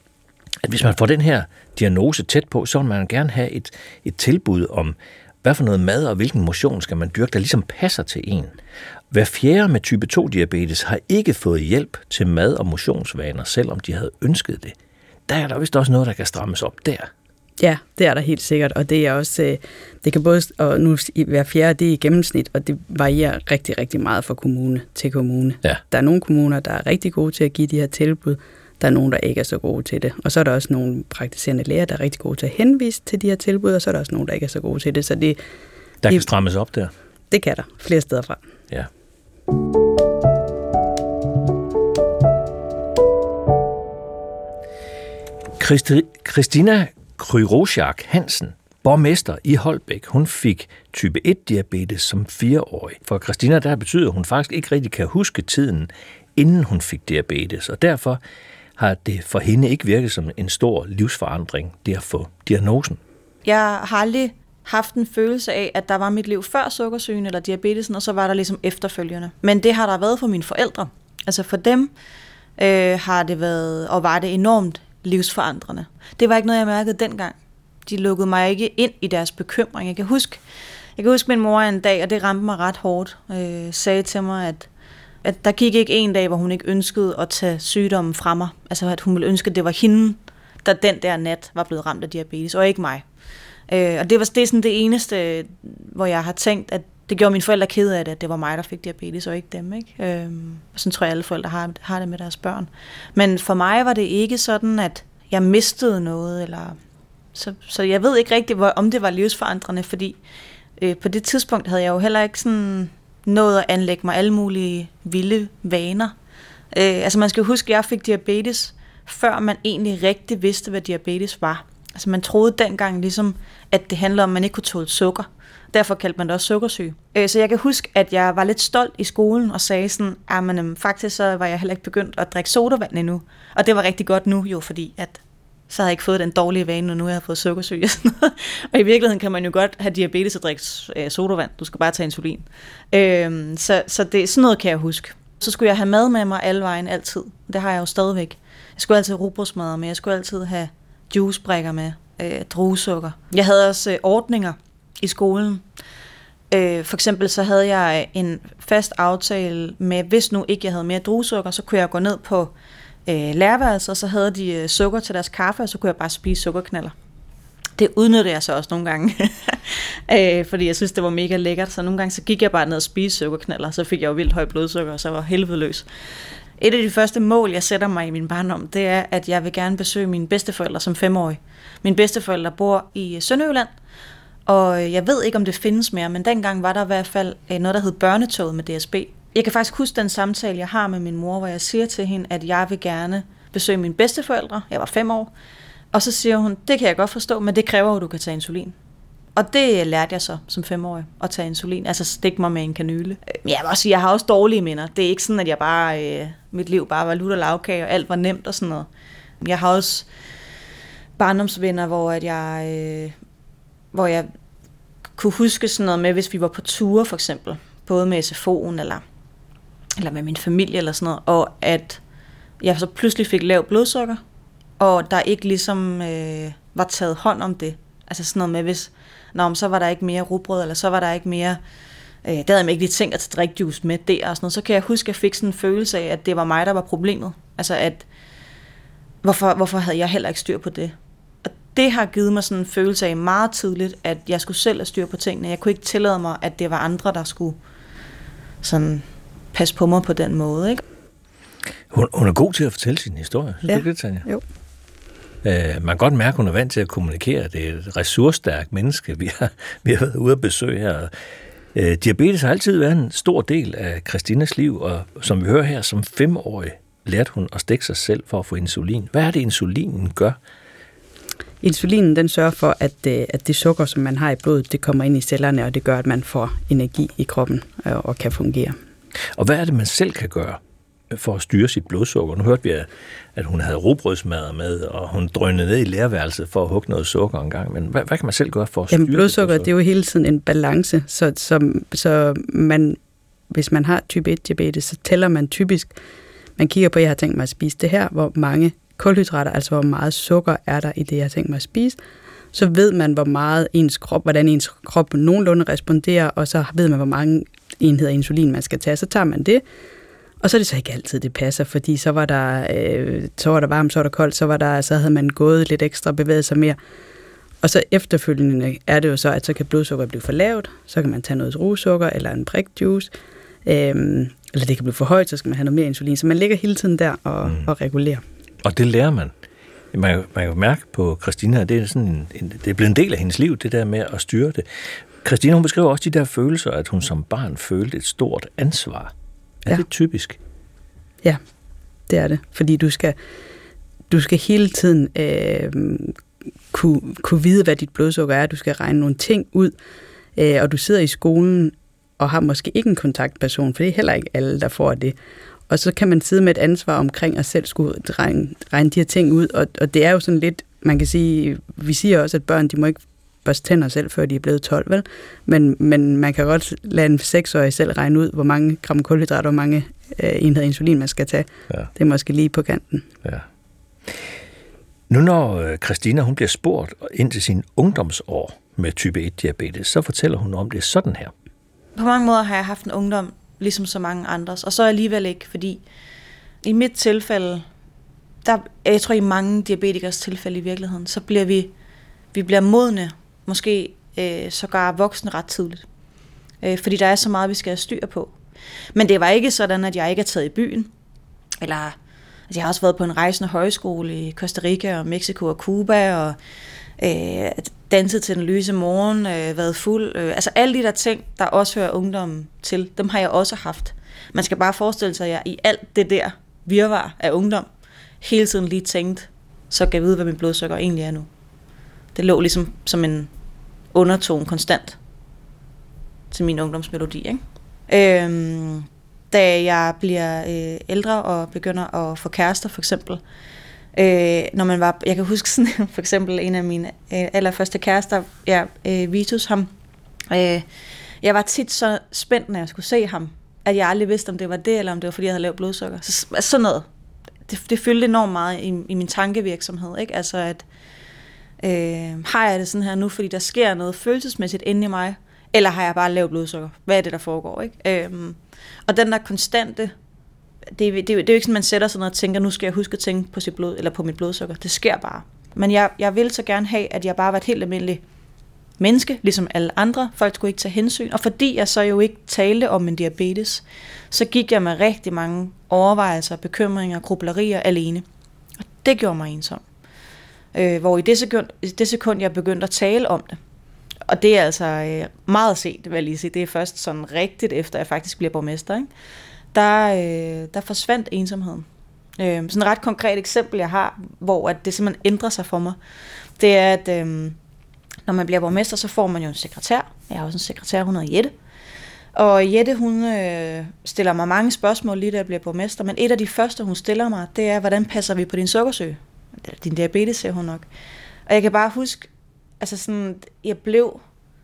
at hvis man får den her diagnose tæt på, så vil man gerne have et, et tilbud om, hvad for noget mad og hvilken motion skal man dyrke, der ligesom passer til en. Hver fjerde med type to diabetes har ikke fået hjælp til mad- og motionsvaner, selvom de havde ønsket det. Der er der vist også noget, der kan strammes op der. Ja, det er der helt sikkert, og det er også, det kan både, og nu hver fjerde, det er i gennemsnit, og det varierer rigtig, rigtig meget fra kommune til kommune. Ja. Der er nogle kommuner, der er rigtig gode til at give de her tilbud, der er nogen, der ikke er så gode til det. Og så er der også nogle praktiserende læger, der er rigtig gode til at henvise til de her tilbud, og så er der også nogen, der ikke er så gode til det. Så det der kan det, strammes op der? Det kan der, flere steder fra. Ja. Christi, Christina Kryrochak Hansen, borgmester i Holbæk, hun fik type et diabetes som fireårig. For Christina, der betyder, at hun faktisk ikke rigtig kan huske tiden, inden hun fik diabetes, og derfor har det for hende ikke virket som en stor livsforandring, det at få diagnosen. Jeg har aldrig haft en følelse af, at der var mit liv før sukkersygen eller diabetesen, og så var der ligesom efterfølgende. Men det har der været for mine forældre. Altså for dem øh, har det været, og var det enormt livsforandrende. Det var ikke noget, jeg mærkede dengang. De lukkede mig ikke ind i deres bekymring. Jeg kan huske, jeg kan huske min mor en dag, og det ramte mig ret hårdt, øh, sagde til mig, at, at der gik ikke en dag, hvor hun ikke ønskede at tage sygdommen fra mig. Altså at hun ville ønske, at det var hende, der den der nat var blevet ramt af diabetes, og ikke mig. Øh, og det var det er sådan det eneste, hvor jeg har tænkt, at det gjorde mine forældre kede af det, at det var mig, der fik diabetes, og ikke dem. Ikke? Øh, og sådan tror jeg, alle forældre har, har det med deres børn. Men for mig var det ikke sådan, at jeg mistede noget, eller så, så jeg ved ikke rigtig, hvor, om det var livsforandrende, fordi øh, på det tidspunkt havde jeg jo heller ikke sådan nået at anlægge mig alle mulige vilde vaner. Øh, altså man skal huske, at jeg fik diabetes, før man egentlig rigtig vidste, hvad diabetes var. Altså man troede dengang ligesom, at det handlede om, at man ikke kunne tåle sukker. Derfor kaldte man det også sukkersyge. Øh, så jeg kan huske, at jeg var lidt stolt i skolen og sagde sådan, at men, faktisk så var jeg heller ikke begyndt at drikke sodavand endnu. Og det var rigtig godt nu jo, fordi at så havde jeg ikke fået den dårlige vane, og nu har jeg fået sukkersyge og sådan noget. Og i virkeligheden kan man jo godt have diabetes og drikke øh, sodavand. Du skal bare tage insulin. Øh, så, så det, sådan noget kan jeg huske. Så skulle jeg have mad med mig alle vejen altid. Det har jeg jo stadigvæk. Jeg skulle altid have rugbrødsmadder med. Jeg skulle altid have juicebrikker med. øh, druesukker. Jeg havde også øh, ordninger i skolen. Øh, for eksempel så havde jeg en fast aftale med, hvis nu ikke jeg havde mere druesukker, så kunne jeg gå ned på øh, lærerværelset, og så havde de øh, sukker til deres kaffe, og så kunne jeg bare spise sukkerknaller. Det udnyttede jeg så også nogle gange, øh, fordi jeg synes, det var mega lækkert. Så nogle gange så gik jeg bare ned og spiste sukkerknaller, så fik jeg jo vildt høj blodsukker, og så var helvede løs. Et af de første mål, jeg sætter mig i min barndom, det er, at jeg vil gerne besøge mine bedsteforældre som femårig. Mine bedsteforældre bor i Sønderjylland, og jeg ved ikke, om det findes mere, men dengang var der i hvert fald noget, der hed børnetoget med D S B. Jeg kan faktisk huske den samtale, jeg har med min mor, hvor jeg siger til hende, at jeg vil gerne besøge mine bedsteforældre. Jeg var fem år. Og så siger hun, det kan jeg godt forstå, men det kræver, at du kan tage insulin. Og det lærte jeg så som femårig, at tage insulin. Altså stik mig med en kanyle. Jeg vil også sige, jeg har også dårlige minder. Det er ikke sådan, at jeg bare, øh, mit liv bare var lutter lavkage, og alt var nemt og sådan noget. Jeg har også barndomsvenner, hvor, at jeg, øh, hvor jeg kunne huske sådan noget med, hvis vi var på ture for eksempel, både med S F O'en eller, eller med min familie eller sådan noget, og at jeg så pludselig fik lav blodsukker, og der ikke ligesom øh, var taget hånd om det. Altså sådan noget med, hvis nå, så var der ikke mere rugbrød, eller så var der ikke mere, øh, der havde jeg ikke lige tænkt at drikke juice med der, og sådan noget. Så kan jeg huske, at jeg fik sådan en følelse af, at det var mig, der var problemet. Altså at, hvorfor, hvorfor havde jeg heller ikke styr på det? Og det har givet mig sådan en følelse af meget tidligt, at jeg skulle selv have styr på tingene. Jeg kunne ikke tillade mig, at det var andre, der skulle sådan passe på mig på den måde, ikke? Hun, hun er god til at fortælle sin historie. Synes ja. du ikke det, Tanja? Jo. Øh, man kan godt mærke, at hun er vant til at kommunikere. Det er et ressourcestærkt menneske, vi har, vi har været ude at besøge her. Øh, diabetes har altid været en stor del af Christinas liv, og som vi hører her, som femårig lærte hun at stikke sig selv for at få insulin. Hvad er det, insulinen gør? Insulinen, den sørger for, at, at det sukker, som man har i blodet, det kommer ind i cellerne, og det gør, at man får energi i kroppen og kan fungere. Og hvad er det, man selv kan gøre for at styre sit blodsukker? Nu hørte vi, at hun havde rugbrødsmadder med, og hun drønede ned i lærerværelset for at hugge noget sukker en gang. Men hvad, hvad kan man selv gøre for at styre Jamen, blodsukker, det? det er jo hele tiden en balance, så, så, så man, hvis man har type et diabetes, så tæller man typisk, man kigger på, at jeg har tænkt mig at spise det her, hvor mange kulhydrater, altså hvor meget sukker er der i det, jeg har tænkt mig at spise, så ved man, hvor meget ens krop, hvordan ens krop nogenlunde responderer, og så ved man, hvor mange enheder insulin man skal tage. Så tager man det, og så er det så ikke altid, det passer, fordi så var der, øh, så var der varmt, så var der koldt, så, var der, så havde man gået lidt ekstra, bevæget sig mere. Og så efterfølgende er det jo så, at så kan blodsukker blive for lavt, så kan man tage noget druesukker eller en brikjuice, øh, eller det kan blive for højt, så skal man have noget mere insulin. Så man ligger hele tiden der og, mm. og regulerer. Og det lærer man. Man kan, man kan jo mærke på Christina, at det er, sådan en, en, det er blevet en del af hendes liv, det der med at styre det. Christina, hun beskriver også de der følelser, at hun som barn følte et stort ansvar. Er ja. det typisk? Ja, det er det. Fordi du skal, du skal hele tiden øh, kunne, kunne vide, hvad dit blodsukker er. Du skal regne nogle ting ud, øh, og du sidder i skolen og har måske ikke en kontaktperson, for det er heller ikke alle, der får det. Og så kan man sidde med et ansvar omkring at selv skulle regne, regne de her ting ud, og, og det er jo sådan lidt, man kan sige, vi siger også, at børn, de må ikke børste tænder selv, før de er blevet tolv, vel? Men, men man kan godt lade en seksårig selv regne ud, hvor mange gram kulhydrater, hvor mange øh, enheder insulin, man skal tage. Ja. Det er måske lige på kanten. Ja. Nu når Christina, hun bliver spurgt ind til sin ungdomsår med type et diabetes, så fortæller hun om det sådan her. På mange måder har jeg haft en ungdom, ligesom så mange andres, og så alligevel ikke, fordi i mit tilfælde, der, jeg tror i mange diabetikers tilfælde i virkeligheden, så bliver vi, vi bliver modne, måske øh, sågar voksne ret tidligt, øh, fordi der er så meget, vi skal have styr på. Men det var ikke sådan, at jeg ikke er taget i byen, eller altså jeg har også været på en rejsende højskole i Costa Rica og Mexico og Cuba, og øh, danset til den lyse morgen, øh, været fuld. Øh, altså alle de der ting, der også hører ungdommen til, dem har jeg også haft. Man skal bare forestille sig, at jeg i alt det der virvar af ungdom, hele tiden lige tænkt, så kan jeg vide, hvad min blodsukker egentlig er nu. Det lå ligesom som en undertone konstant til min ungdomsmelodi, ikke? Øhm, da jeg bliver øh, ældre og begynder at få kærester, for eksempel, Øh, når man var, jeg kan huske sådan, for eksempel en af mine øh, allerførste kærester, ja, øh, Vitus, ham. Øh, jeg var tit så spændt, når jeg skulle se ham, at jeg aldrig vidste, om det var det, eller om det var, fordi jeg havde lavt blodsukker. Så, sådan noget. Det, det fyldte enormt meget i, i min tankevirksomhed, ikke? Altså, at, Øh, har jeg det sådan her nu, fordi der sker noget følelsesmæssigt inde i mig, eller har jeg bare lavt blodsukker? Hvad er det, der foregår? Ikke? Øh, og den der konstante, det, det, det er jo ikke sådan, man sætter sig ned og tænker, nu skal jeg huske at tænke på, sit blod, eller på mit blodsukker. Det sker bare. Men jeg, jeg vil så gerne have, at jeg bare var et helt almindeligt menneske, ligesom alle andre. Folk skulle ikke tage hensyn. Og fordi jeg så jo ikke talte om en diabetes, så gik jeg med rigtig mange overvejelser, bekymringer, grublerier alene. Og det gjorde mig ensom. Øh, hvor i det sekund, i det sekund, jeg begyndte at tale om det, og det er altså øh, meget set, vil jeg lige sige, det er først sådan rigtigt, efter jeg faktisk bliver borgmester, ikke? Der, øh, der forsvandt ensomheden. Øh, sådan et ret konkret eksempel, jeg har, hvor at det simpelthen ændrer sig for mig, det er, at øh, når man bliver borgmester, så får man jo en sekretær. Jeg har også en sekretær, hun hedder Jette. Og Jette, hun øh, stiller mig mange spørgsmål lige da jeg bliver borgmester, men et af de første, hun stiller mig, det er, hvordan passer vi på din sukkersyge? Din diabetes, siger hun nok. Og jeg kan bare huske, altså sådan, jeg blev,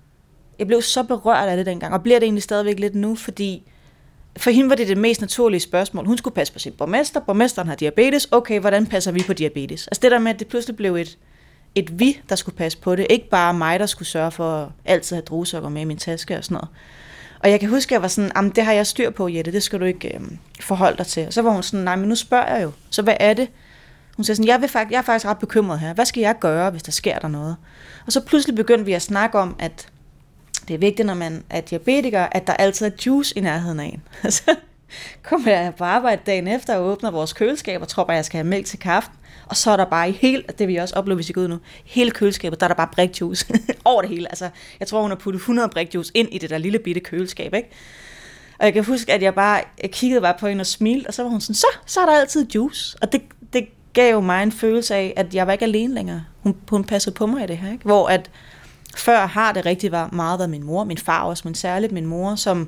jeg blev så berørt af det dengang, og bliver det egentlig stadigvæk lidt nu, fordi for hende var det det mest naturlige spørgsmål. Hun skulle passe på sin borgmester, borgmesteren har diabetes, okay, hvordan passer vi på diabetes? Altså det der med, at det pludselig blev et, et vi, der skulle passe på det, ikke bare mig, der skulle sørge for at altid have druesukker med i min taske og sådan noget. Og jeg kan huske, at jeg var sådan, jamen det har jeg styr på, Jette, det skal du ikke øhm, forholde dig til. Og så var hun sådan, nej, men nu spørger jeg jo, så hvad er det? Hun siger sådan, jeg, vil faktisk, jeg er faktisk ret bekymret her. Hvad skal jeg gøre, hvis der sker der noget? Og så pludselig begyndte vi at snakke om, at det er vigtigt, når man er diabetiker, at der altid er juice i nærheden af en. Så kommer jeg på arbejde dagen efter og åbner vores køleskab og tror bare, jeg skal have mælk til kaffen. Og så er der bare i hele, det vi også oplever, hvis I går ud nu, hele køleskabet, der er der bare brikjuice over det hele. Altså, jeg tror, hun har puttet hundrede brikjuice ind i det der lille bitte køleskab, ikke? Og jeg kan huske, at jeg bare jeg kiggede bare på hende og smilte, og så var hun sådan, så, så er der altid juice. Og det, det gav jo mig en følelse af, at jeg var ikke alene længere. Hun, hun passede på mig i det her, ikke? Hvor at før har det rigtig var meget været min mor, min far også, men særligt min mor, som,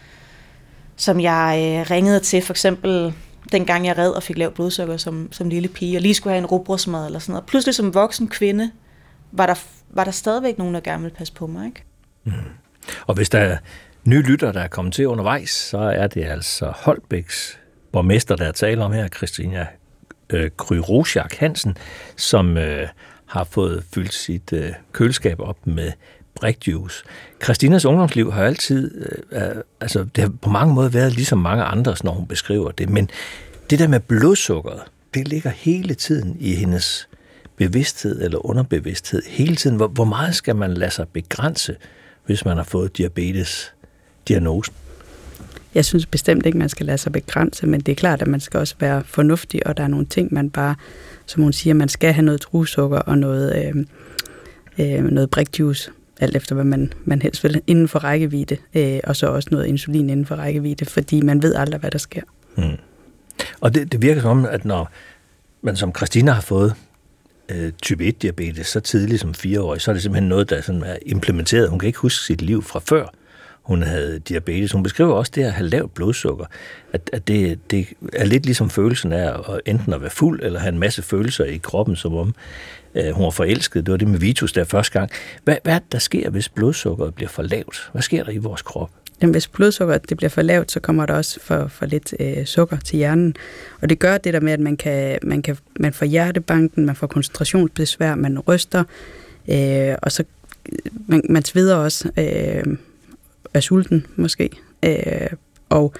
som jeg øh, ringede til, for eksempel dengang jeg red og fik lavt blodsukker som, som lille pige, og lige skulle have en rugbrødsmad eller sådan noget. Pludselig som voksen kvinde, var der, var der stadigvæk nogen, der gerne ville passe på mig, ikke? Mm. Og hvis der er nye lytter, der er kommet til undervejs, så er det altså Holbæks borgmester, der er tale om her, Christina øh, Kryrusiak Hansen, som øh, har fået fyldt sit øh, køleskab op med brikjuice. Christinas ungdomsliv har altid, øh, altså det har på mange måder været ligesom mange andres, når hun beskriver det, men det der med blodsukkeret, det ligger hele tiden i hendes bevidsthed eller underbevidsthed. Hele tiden. Hvor, hvor meget skal man lade sig begrænse, hvis man har fået diabetes-diagnosen? Jeg synes bestemt ikke, man skal lade sig begrænse, men det er klart, at man skal også være fornuftig, og der er nogle ting, man bare, som hun siger, man skal have noget druesukker og noget, øh, øh, noget brikjuice, alt efter hvad man, man helst vil, inden for rækkevidde, øh, og så også noget insulin inden for rækkevidde, fordi man ved aldrig, hvad der sker. Hmm. Og det, det virker som, at når man som Christina har fået øh, type et diabetes så tidligt som fireårig, så er det simpelthen noget, der sådan er implementeret. Hun kan ikke huske sit liv fra før hun havde diabetes. Hun beskriver også det at have lavt blodsukker, at, at det, det er lidt ligesom følelsen af at enten at være fuld, eller have en masse følelser i kroppen, som om øh, hun var forelsket. Det var det med Vitus der første gang. Hvad, hvad er det, der sker, hvis blodsukkeret bliver for lavt? Hvad sker der i vores krop? Jamen, hvis blodsukkeret det bliver for lavt, så kommer der også for, for lidt øh, sukker til hjernen. Og det gør det der med, at man, kan, man, kan, man får hjertebanken, man får koncentrationsbesvær, man ryster, øh, og så man, man sveder også øh, af sulten måske. Øh, og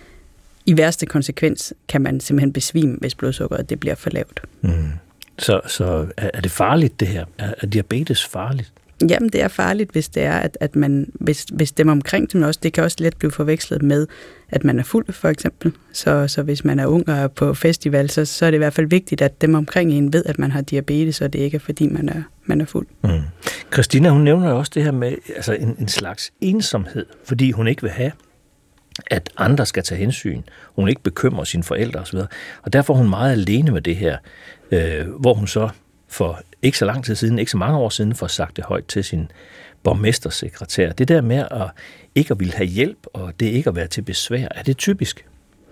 i værste konsekvens kan man simpelthen besvime, hvis blodsukkeret det bliver for lavt. Mm. Så, så er det farligt det her? Er, er diabetes farligt? Jamen, det er farligt, hvis det er, at, at man, hvis, hvis dem omkring dem også, det kan også let blive forvekslet med, at man er fuld, for eksempel. Så, så hvis man er ung og er på festival, så, så er det i hvert fald vigtigt, at dem omkring en ved, at man har diabetes, og det ikke er, fordi man er, man er fuld. Mm. Christina, hun nævner jo også det her med altså en, en slags ensomhed, fordi hun ikke vil have, at andre skal tage hensyn. Hun ikke bekymrer sine forældre osv. Og derfor er hun meget alene med det her, øh, hvor hun så for ikke så lang tid siden, ikke så mange år siden, får sagt det højt til sin borgmestersekretær. Det der med at ikke at ville have hjælp, og det ikke at være til besvær, er det typisk?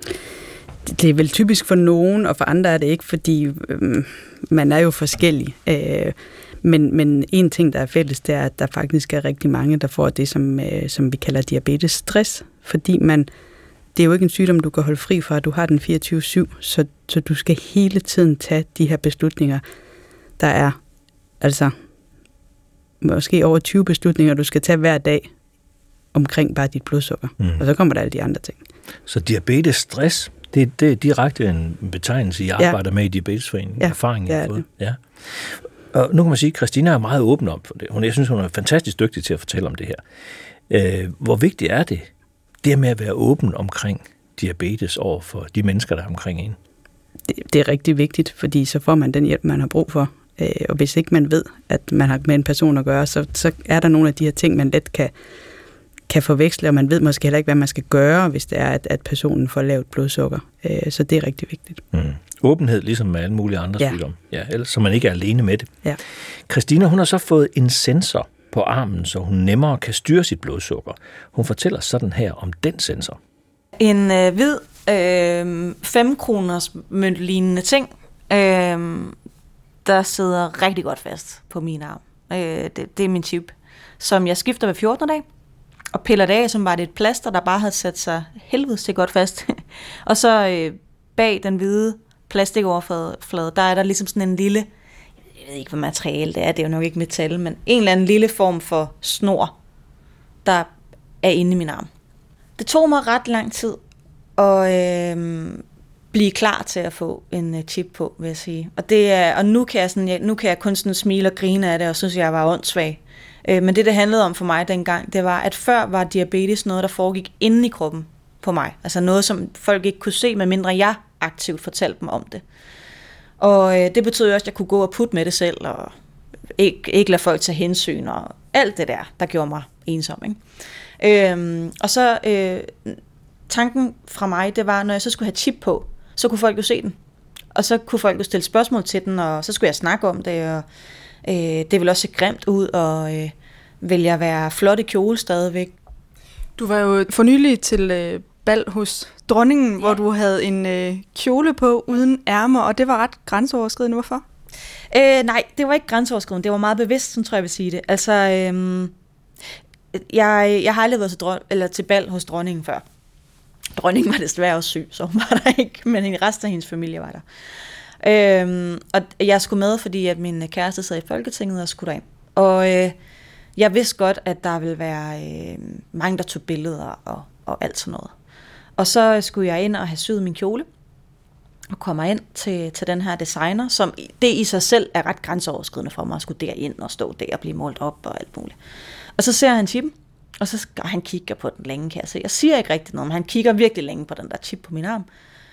Det er vel typisk for nogen, og for andre er det ikke, fordi øh, man er jo forskellig. Øh, men, men en ting, der er fælles, det er, at der faktisk er rigtig mange, der får det, som, øh, som vi kalder diabetes-stress, fordi man, det er jo ikke en sygdom, du kan holde fri fra, du har den fireogtyve syv, så, så du skal hele tiden tage de her beslutninger, der er altså måske over tyve beslutninger, du skal tage hver dag omkring bare dit blodsukker. Mm. Og så kommer der alle de andre ting. Så diabetes stress, det, det er direkte en betegnelse, I arbejder ja. med i Diabetesforeningen. Ja, erfaring, det I er har fået. det. Ja. Og nu kan man sige, at Christina er meget åben om for det. Hun, jeg synes, hun er fantastisk dygtig til at fortælle om det her. Øh, hvor vigtigt er det, det med at være åben omkring diabetes over for de mennesker, der er omkring en? Det, det er rigtig vigtigt, fordi så får man den hjælp, man har brug for. Øh, og hvis ikke man ved, at man har med en person at gøre, så, så er der nogle af de her ting, man let kan, kan forveksle, og man ved måske heller ikke, hvad man skal gøre, hvis det er, at, at personen får lavt blodsukker. Øh, så det er rigtig vigtigt. Mm. Åbenhed, ligesom med alle mulige andre ja. sygdomme. Ja, ellers så man ikke er alene med det. Ja. Christina, hun har så fået en sensor på armen, så hun nemmere kan styre sit blodsukker. Hun fortæller sådan her om den sensor. En øh, hvid øh, fem kroners møntlignende ting, øh, der sidder rigtig godt fast på min arm. Øh, det, det er min chip, som jeg skifter hver fjortende dag, og piller det af, som var det et plaster, der bare havde sat sig helvedes til godt fast. Og så øh, bag den hvide plastikoverflade, der er der ligesom sådan en lille, jeg ved ikke, hvad materiale det er, det er jo nok ikke metal, men en eller anden lille form for snor, der er inde i min arm. Det tog mig ret lang tid at øh, blive klar til at få en uh, chip på, vil jeg sige. Og, det er, og nu, kan jeg sådan, jeg, nu kan jeg kun sådan smile og grine af det, og synes, jeg var åndssvag. Øh, men det, det handlede om for mig dengang, det var, at før var diabetes noget, der foregik inde i kroppen på mig. Altså noget, som folk ikke kunne se, medmindre jeg aktivt fortalte dem om det. Og øh, det betød også, at jeg kunne gå og putte med det selv, og ikke, ikke lade folk tage hensyn, og alt det der, der gjorde mig ensom, ikke? Øhm, og så øh, tanken fra mig, det var, når jeg så skulle have chip på, så kunne folk jo se den. Og så kunne folk jo stille spørgsmål til den, og så skulle jeg snakke om det, og øh, det ville også se grimt ud, og øh, ville jeg være flot i kjole stadigvæk. Du var jo for nylig til øh, bal hos dronningen, ja. Hvor du havde en øh, kjole på uden ærmer, og det var ret grænseoverskridende. Hvorfor? Øh, nej, det var ikke grænseoverskridende. Det var meget bevidst, sådan tror jeg, jeg vil sige det. Altså, øh, jeg, jeg har aldrig været til, dron- eller til bal hos dronningen før. Dronningen var desværre også syg, så hun var der ikke, men resten af hendes familie var der. Øh, og jeg skulle med, fordi at min kæreste sad i Folketinget og skulle derind. Og øh, jeg vidste godt, at der ville være øh, mange, der tog billeder og, og alt sådan noget. Og så skulle jeg ind og have syet min kjole, og kommer ind til, til den her designer, som det i sig selv er ret grænseoverskridende for mig, at skulle derind og stå der og blive målt op og alt muligt. Og så ser han chippen, og så og han kigger på den længe, kan jeg se. Jeg siger ikke rigtig noget, men han kigger virkelig længe på den der chip på min arm.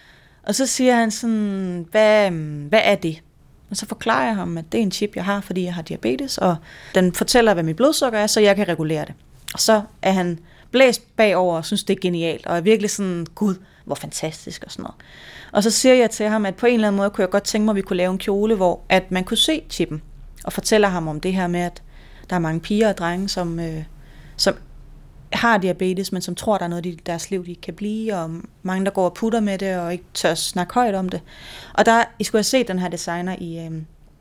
Og så siger han sådan, hvad, hvad er det? Og så forklarer jeg ham, at det er en chip, jeg har, fordi jeg har diabetes, og den fortæller, hvad mit blodsukker er, så jeg kan regulere det. Og så er han blæst bagover og synes, det er genialt, og er virkelig sådan, gud, hvor fantastisk og sådan noget. Og så siger jeg til ham, at på en eller anden måde kunne jeg godt tænke mig, at vi kunne lave en kjole, hvor at man kunne se chippen, og fortæller ham om det her med, at der er mange piger og drenge, som, øh, som har diabetes, men som tror, der er noget i deres liv, de kan blive, og mange, der går og putter med det, og ikke tør snakke højt om det. Og der I skulle have set den her designer i, øh,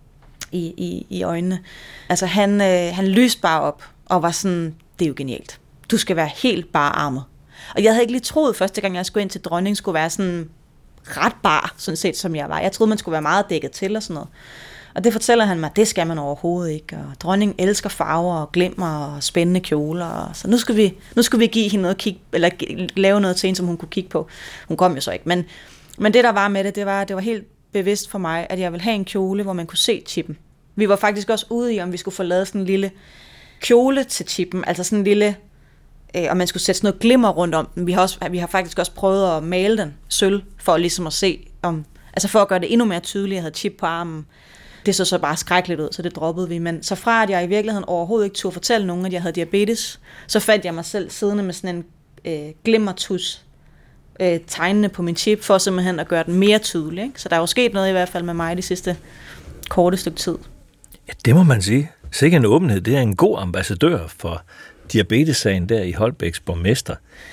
i, i, i øjnene. Altså, han, øh, han lyste bare op, og var sådan, det er jo genialt. Du skal være helt bare armet. Og jeg havde ikke lige troet, første gang jeg skulle ind til dronningen, skulle være sådan ret bar, sådan set som jeg var. Jeg troede, man skulle være meget dækket til og sådan noget. Og det fortæller han mig, det skal man overhovedet ikke. Og dronningen elsker farver og glimmer og spændende kjoler. Og så nu skulle vi, nu skulle vi give hende noget kig, eller lave noget til hende, som hun kunne kigge på. Hun kom jo så ikke. Men, men det, der var med det, det var, det var helt bevidst for mig, at jeg ville have en kjole, hvor man kunne se chippen. Vi var faktisk også ude i, om vi skulle få lavet sådan en lille kjole til chippen. Altså sådan en lille, øh, og man skulle sætte sådan noget glimmer rundt om den. Vi har, også, vi har faktisk også prøvet at male den sølv, for ligesom at se, om, altså for at gøre det endnu mere tydeligt, at jeg havde chip på armen. Det så så bare skrækkeligt ud, så det droppede vi. Men så fra at jeg i virkeligheden overhovedet ikke turde fortælle nogen, at jeg havde diabetes, så fandt jeg mig selv siddende med sådan en øh, glimmertus øh, tegnende på min chip, for simpelthen at gøre den mere tydelig. Ikke? Så der er jo sket noget i hvert fald med mig de sidste korte stykke tid. Ja, det må man sige. Sikke en åbenhed. Det er en god ambassadør for diabetessagen der i Holbæks borgmester.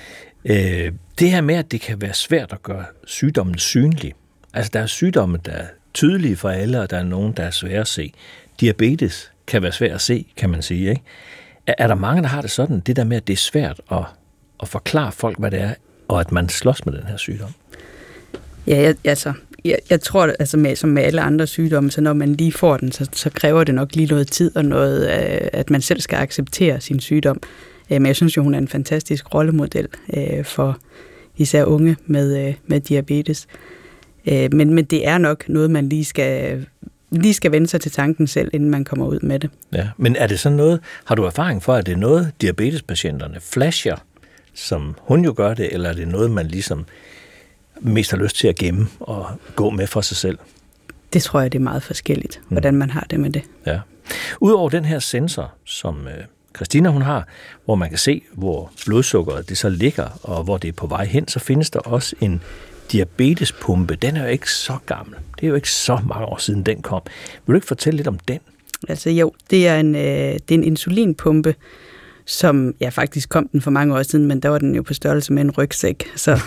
Øh, det her med, at det kan være svært at gøre sygdommen synlig. Altså, der er sygdomme, der er tydelige for alle, og der er nogen, der er svære at se. Diabetes kan være svært at se, kan man sige, ikke? Er, er der mange, der har det sådan, det der med, at det er svært at, at forklare folk, hvad det er, og at man slås med den her sygdom? Ja, jeg, altså, jeg, jeg tror, altså med, som med alle andre sygdomme, så når man lige får den, så, så kræver det nok lige noget tid og noget, øh, at man selv skal acceptere sin sygdom. Øh, men jeg synes jo, hun er en fantastisk rollemodel øh, for især unge med, øh, med diabetes. Øh, men, men det er nok noget, man lige skal, lige skal vende sig til tanken selv, inden man kommer ud med det. Ja, men er det sådan noget, har du erfaring for, at det er noget, diabetespatienterne flasher, som hun jo gør det, eller er det noget, man ligesom mest har lyst til at gemme og gå med for sig selv? Det tror jeg, det er meget forskelligt, mm. hvordan man har det med det. Ja. Udover den her sensor, som øh, Christina hun har, hvor man kan se, hvor blodsukkeret det så ligger, og hvor det er på vej hen, så findes der også en diabetespumpe. Den er jo ikke så gammel. Det er jo ikke så mange år siden, den kom. Vil du ikke fortælle lidt om den? Altså jo, det er en, øh, det er en insulinpumpe, som ja, faktisk kom den for mange år siden, men der var den jo på størrelse med en rygsæk. Så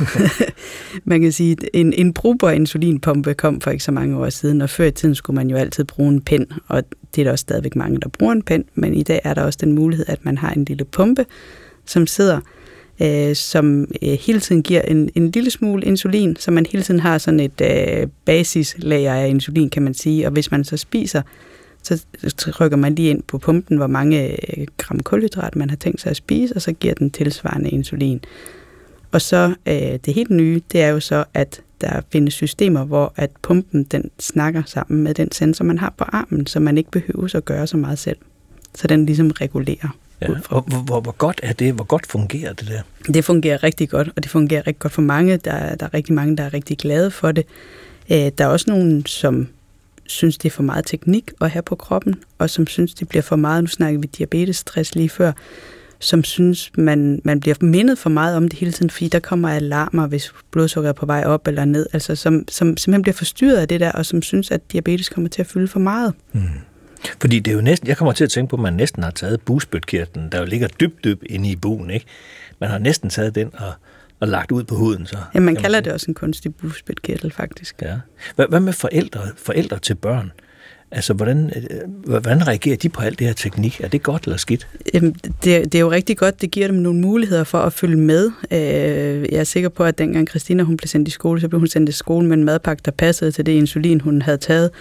man kan sige, at en, en brugbar insulinpumpe kom for ikke så mange år siden, og før i tiden skulle man jo altid bruge en pen, og det er der også stadigvæk mange, der bruger en pen, men i dag er der også den mulighed, at man har en lille pumpe, som sidder, øh, som øh, hele tiden giver en, en lille smule insulin, så man hele tiden har sådan et øh, basislager af insulin, kan man sige, og hvis man så spiser, så trykker man lige ind på pumpen, hvor mange gram kulhydrat man har tænkt sig at spise, og så giver den tilsvarende insulin. Og så øh, det helt nye, det er jo så, at der findes systemer, hvor at pumpen den snakker sammen med den sensor, man har på armen, så man ikke behøver at gøre så meget selv. Så den ligesom regulerer. Ja. Og hvor, hvor, hvor godt er det? Hvor godt fungerer det der? Det fungerer rigtig godt, og det fungerer rigtig godt for mange. Der, der er rigtig mange, der er rigtig glade for det. Øh, der er også nogen, som synes, det er for meget teknik at have på kroppen, og som synes, det bliver for meget, nu snakker vi diabetesstress lige før, som synes, man, man bliver mindet for meget om det hele tiden, fordi der kommer alarmer, hvis blodsukkeret er på vej op eller ned, altså som, som simpelthen bliver forstyrret af det der, og som synes, at diabetes kommer til at fylde for meget. Hmm. Fordi det er jo næsten, jeg kommer til at tænke på, at man næsten har taget bugspytkirtlen, der jo ligger dybt, dybt inde i bugen, ikke? Man har næsten taget den og og lagt ud på huden. Så ja, man kalder man det også en kunstig bugspytkirtel, faktisk. Ja. Hvad, hvad med forældre, forældre til børn? Altså, hvordan, hvordan reagerer de på alt det her teknik? Er det godt eller skidt? Jamen, det, det er jo rigtig godt. Det giver dem nogle muligheder for at følge med. Jeg er sikker på, at dengang Christina hun blev sendt i skole, så blev hun sendt i skole med en madpakke, der passede til det insulin, hun havde taget.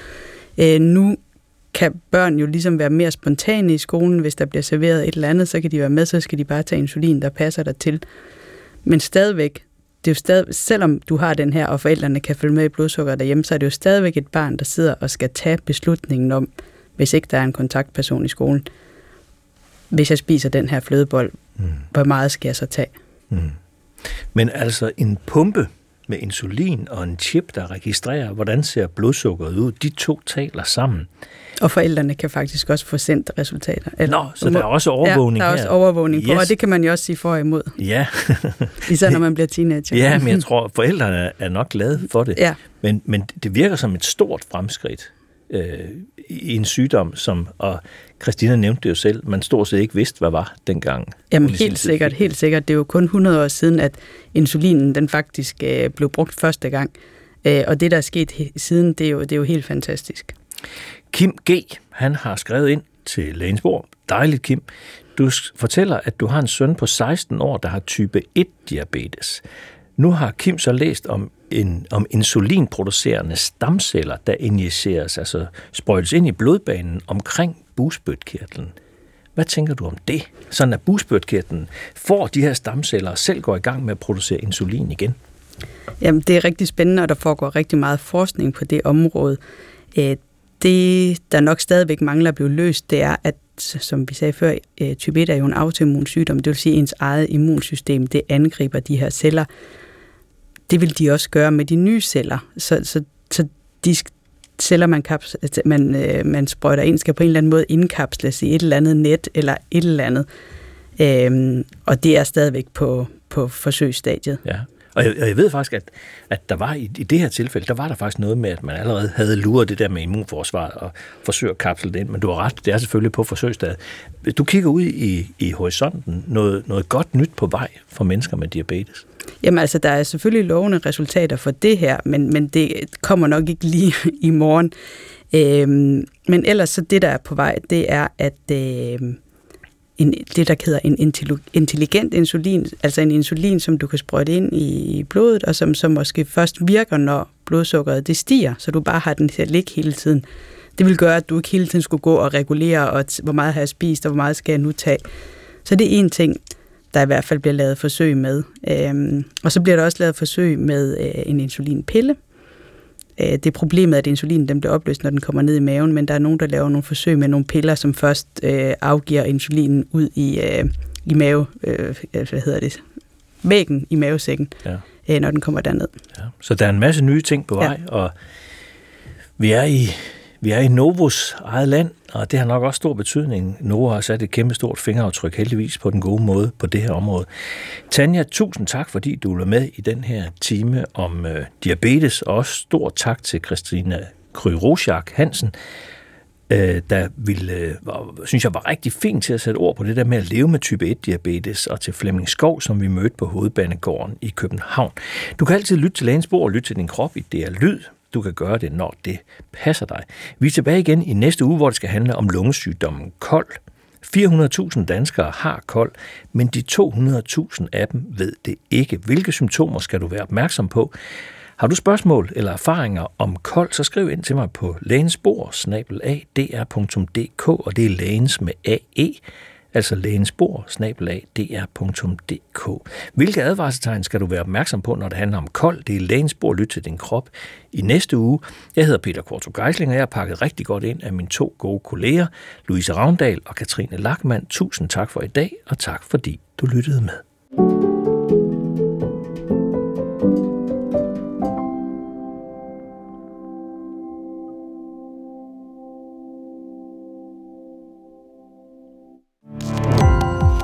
Nu kan børn jo ligesom være mere spontane i skolen. Hvis der bliver serveret et eller andet, så kan de være med, så skal de bare tage insulin, der passer der til. Men stadigvæk, det er jo stadig, selvom du har den her, og forældrene kan følge med i blodsukker derhjemme, så er det jo stadigvæk et barn, der sidder og skal tage beslutningen om, hvis ikke der er en kontaktperson i skolen, hvis jeg spiser den her flødebold, mm. hvor meget skal jeg så tage? Mm. Men altså en pumpe med insulin og en chip, der registrerer, hvordan ser blodsukkeret ud, de to taler sammen. Og forældrene kan faktisk også få sendt resultater. Eller, Nå, så der er også overvågning her. Ja, der er også overvågning på, yes. Og det kan man jo også sige for og imod. Ja. Især når man bliver teenager. Ja, men jeg tror, forældrene er nok glade for det. Ja. Men, men det virker som et stort fremskridt øh, i en sygdom, som, og Christina nævnte det jo selv, man stort set ikke vidste, hvad var dengang. Jamen helt sikkert, helt sikkert. Det er jo kun hundrede år siden, at insulinen den faktisk øh, blev brugt første gang. Øh, og det, der er sket siden, det er jo, det er jo helt fantastisk. Kim G., han har skrevet ind til Lægens Bord. Dejligt, Kim. Du fortæller, at du har en søn på seksten år, der har type et diabetes. Nu har Kim så læst om, en, om insulinproducerende stamceller, der injiceres, altså sprøjtes ind i blodbanen omkring bugspytkirtlen. Hvad tænker du om det? Sådan at bugspytkirtlen får de her stamceller og selv går i gang med at producere insulin igen? Jamen, det er rigtig spændende, og der foregår rigtig meget forskning på det område. Det, der nok stadigvæk mangler at blive løst, det er, at, som vi sagde før, type et er jo en autoimmun sygdom, det vil sige, at ens eget immunsystem, det angriber de her celler. Det vil de også gøre med de nye celler. Så, så, så de celler, man, kaps, man, man sprøjter ind, skal på en eller anden måde indkapsles i et eller andet net, eller et eller andet. Øhm, og det er stadigvæk på, på forsøgsstadiet. Ja. Og jeg, og jeg ved faktisk, at, at der var i, i det her tilfælde, der var der faktisk noget med, at man allerede havde luret det der med immunforsvaret og forsøger at kapsle det ind, men du har ret, det er selvfølgelig på forsøgsstadiet. Du kigger ud i, i horisonten, noget, noget godt nyt på vej for mennesker med diabetes. Jamen altså, der er selvfølgelig lovende resultater for det her, men, men det kommer nok ikke lige i morgen. Øhm, men ellers så det, der er på vej, det er, at øh, en, det, der hedder en intelligent insulin, altså en insulin, som du kan sprøjte ind i blodet, og som så måske først virker, når blodsukkeret det stiger, så du bare har den til at ligge hele tiden. Det vil gøre, at du ikke hele tiden skulle gå og regulere, og t- hvor meget har jeg spist, og hvor meget skal jeg nu tage. Så det er en ting, der i hvert fald bliver lavet forsøg med. Øhm, og så bliver der også lavet forsøg med øh, en insulinpille. Øh, det er problemet, at insulinen den bliver opløst, når den kommer ned i maven, men der er nogen, der laver nogle forsøg med nogle piller, som først øh, afgiver insulinen ud i, øh, i mave, øh, hvad hedder det, væggen i mavesækken, ja. øh, når den kommer derned. Ja. Så der er en masse nye ting på vej, ja. Og vi er i... Vi er i Novos eget land, og det har nok også stor betydning. Novo har sat et kæmpe stort fingeraftryk heldigvis på den gode måde på det her område. Tanja, tusind tak, fordi du var med i den her time om øh, diabetes, og også stor tak til Christina Kryrochak Hansen, øh, der ville, øh, var, synes jeg var rigtig fint til at sætte ord på det der med at leve med type et diabetes, og til Flemming Skov, som vi mødte på Hovedbanegården i København. Du kan altid lytte til Lægens Bord og lytte til din krop i D R Lyd. Du kan gøre det, når det passer dig. Vi er tilbage igen i næste uge, hvor det skal handle om lungesygdommen KOL. fire hundrede tusind danskere har KOL, men de to hundrede tusind af dem ved det ikke. Hvilke symptomer skal du være opmærksom på? Har du spørgsmål eller erfaringer om KOL, så skriv ind til mig på lægensbord snabel-a d r punktum d k, og det er lægens med A E, altså lægensbord snabel-a d r punktum d k. Hvilke advarselstegn skal du være opmærksom på, når det handler om KOL? Det er Lægens Bord, lyt til din krop i næste uge. Jeg hedder Peter Qvortrup Geisling, og jeg har pakket rigtig godt ind af mine to gode kolleger, Louise Ravndal og Katrine Lachmann. Tusind tak for i dag, og tak fordi du lyttede med.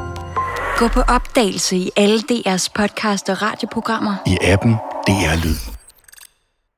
Gå på opdagelse i alle D R's podcast og radioprogrammer. I appen D R Lyd.